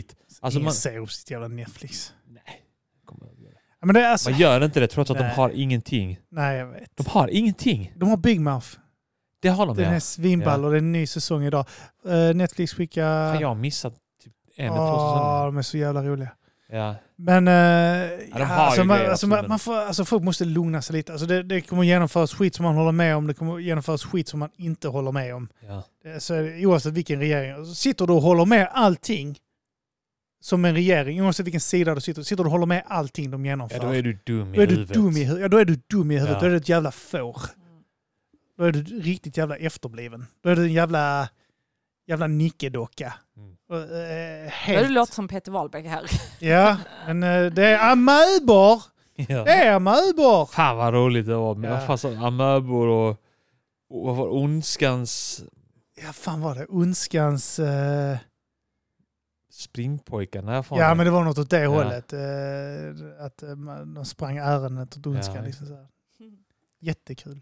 Alltså Ingen man, ser upp sitt jävla Netflix. nej, kommer jag göra. Ja, men det är alltså, Man gör inte det trots att Nej. de har ingenting. nej, jag vet. De har ingenting. De har Big Mouth. Det har de, Den ja. är svinball Ja. och det är en ny säsong idag. Uh, Netflix skickar... Fan, jag har missat typ en eller två Åh, säsonger. de är så jävla roliga. Ja. Men uh, de ja, har alltså, ju man, grejer alltså, också, man, men- man får, alltså, folk måste lugna sig lite. Alltså, det, det kommer genomföras skit som man håller med om. Det kommer genomföras skit som man inte håller med om. Ja. Det- Så är det, oavsett vilken regering. Så sitter du och håller med allting som en regering, oavsett vilken sida du sitter, sitter du och håller med allting de genomför. ja, då är du dum i Då är du huvudet. dum i huvudet. Ja, då är du dum i huvudet. Ja. Då är du ett jävla får. Då är du riktigt jävla efterbliven. Då är du en jävla, jävla nickedocka. Mm. Och, eh, Det helt. låter som Peter Wahlbeck här. Ja, men eh, det är amöbor. Ja. Det är amöbor. Fan vad roligt det var. Men Ja. vad fan så amöbor och, och vad var det? Ondskans Ja, fan var det? Ondskans... Eh, springpojkar. Nej, fan ja, det. men det var något åt det Ja. hållet. Eh, att eh, man- de sprang ärendet åt ondskan. Ja. Liksom så här. Jättekul.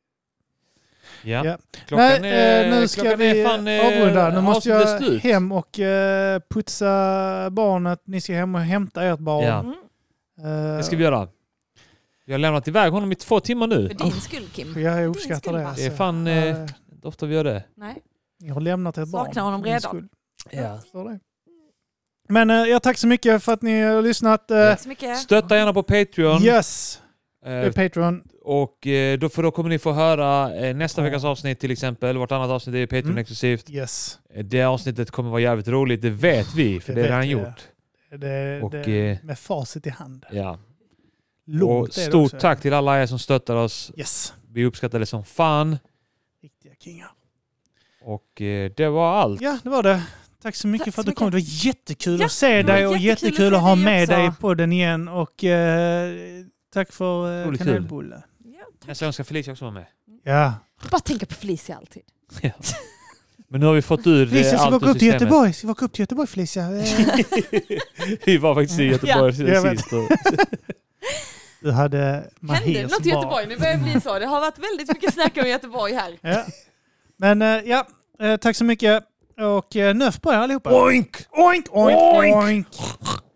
Ja. Ja. Klockan Nej, är, eh, nu ska klockan vi är fan, eh, avrunda. Nu måste avsnittet jag slut. hem och eh, putsa barnet. Ni ska hem och hämta ert barn. Ja. Mm. Eh, Det ska vi göra. Vi har lämnat iväg honom i två timmar nu. För din skull, Kim. Ja, jag Din uppskattar skull, det. va? Alltså. Det är fan Eh, eh, ofta vi gör det. Nej. Ni har lämnat ert barn. Saknar honom för min redan. skull. Ja. Så det. Men eh, ja, tack så mycket för att ni har lyssnat. Eh, Ja. Tack så mycket. Stötta gärna på Patreon. Yes, det är Eh, Patreon. och eh, då, för då kommer ni få höra eh, nästa Ja. veckas avsnitt till exempel. Vart annat avsnitt är Patreon Mm. exklusivt. Yes. Eh, Det avsnittet kommer vara jävligt roligt. Det vet vi, för Det det, är vet redan vi, gjort. Det, Och, det, eh, med facit i hand. Ja. Långt Och är det stort också. tack till alla er som stöttar oss. Yes. Vi uppskattar det som fan. Riktiga kingar. Och eh, det var allt. Ja, det var det. Tack så mycket Tack för att så du kom. Det var jättekul Ja, att se det var dig och jättekul jättekul att att, se ha dig med också. dig i podden igen. Och eh, tack för eh, Roligt kul. kanelbulle. Ja, tack. Nästa gång ska Felicia också vara med. Ja. Bara tänka på Felicia alltid. Ja. Men nu har vi fått ur eh, Felicia, ska vi allt åka ur upp till systemet. Göteborg? Ska vi åka upp till Göteborg, Felicia? Eh, Vi var faktiskt i Göteborg Ja, jag vet. sist. Och... Du hade Hände Mahir något som i var- Göteborg? Nu börjar det bli så. Det har varit väldigt mycket snack om Göteborg här. Ja. Men eh, ja, eh, tack så mycket. Och uh, nöff på er allihopa. Oink! Oink, oink, Oink! oink.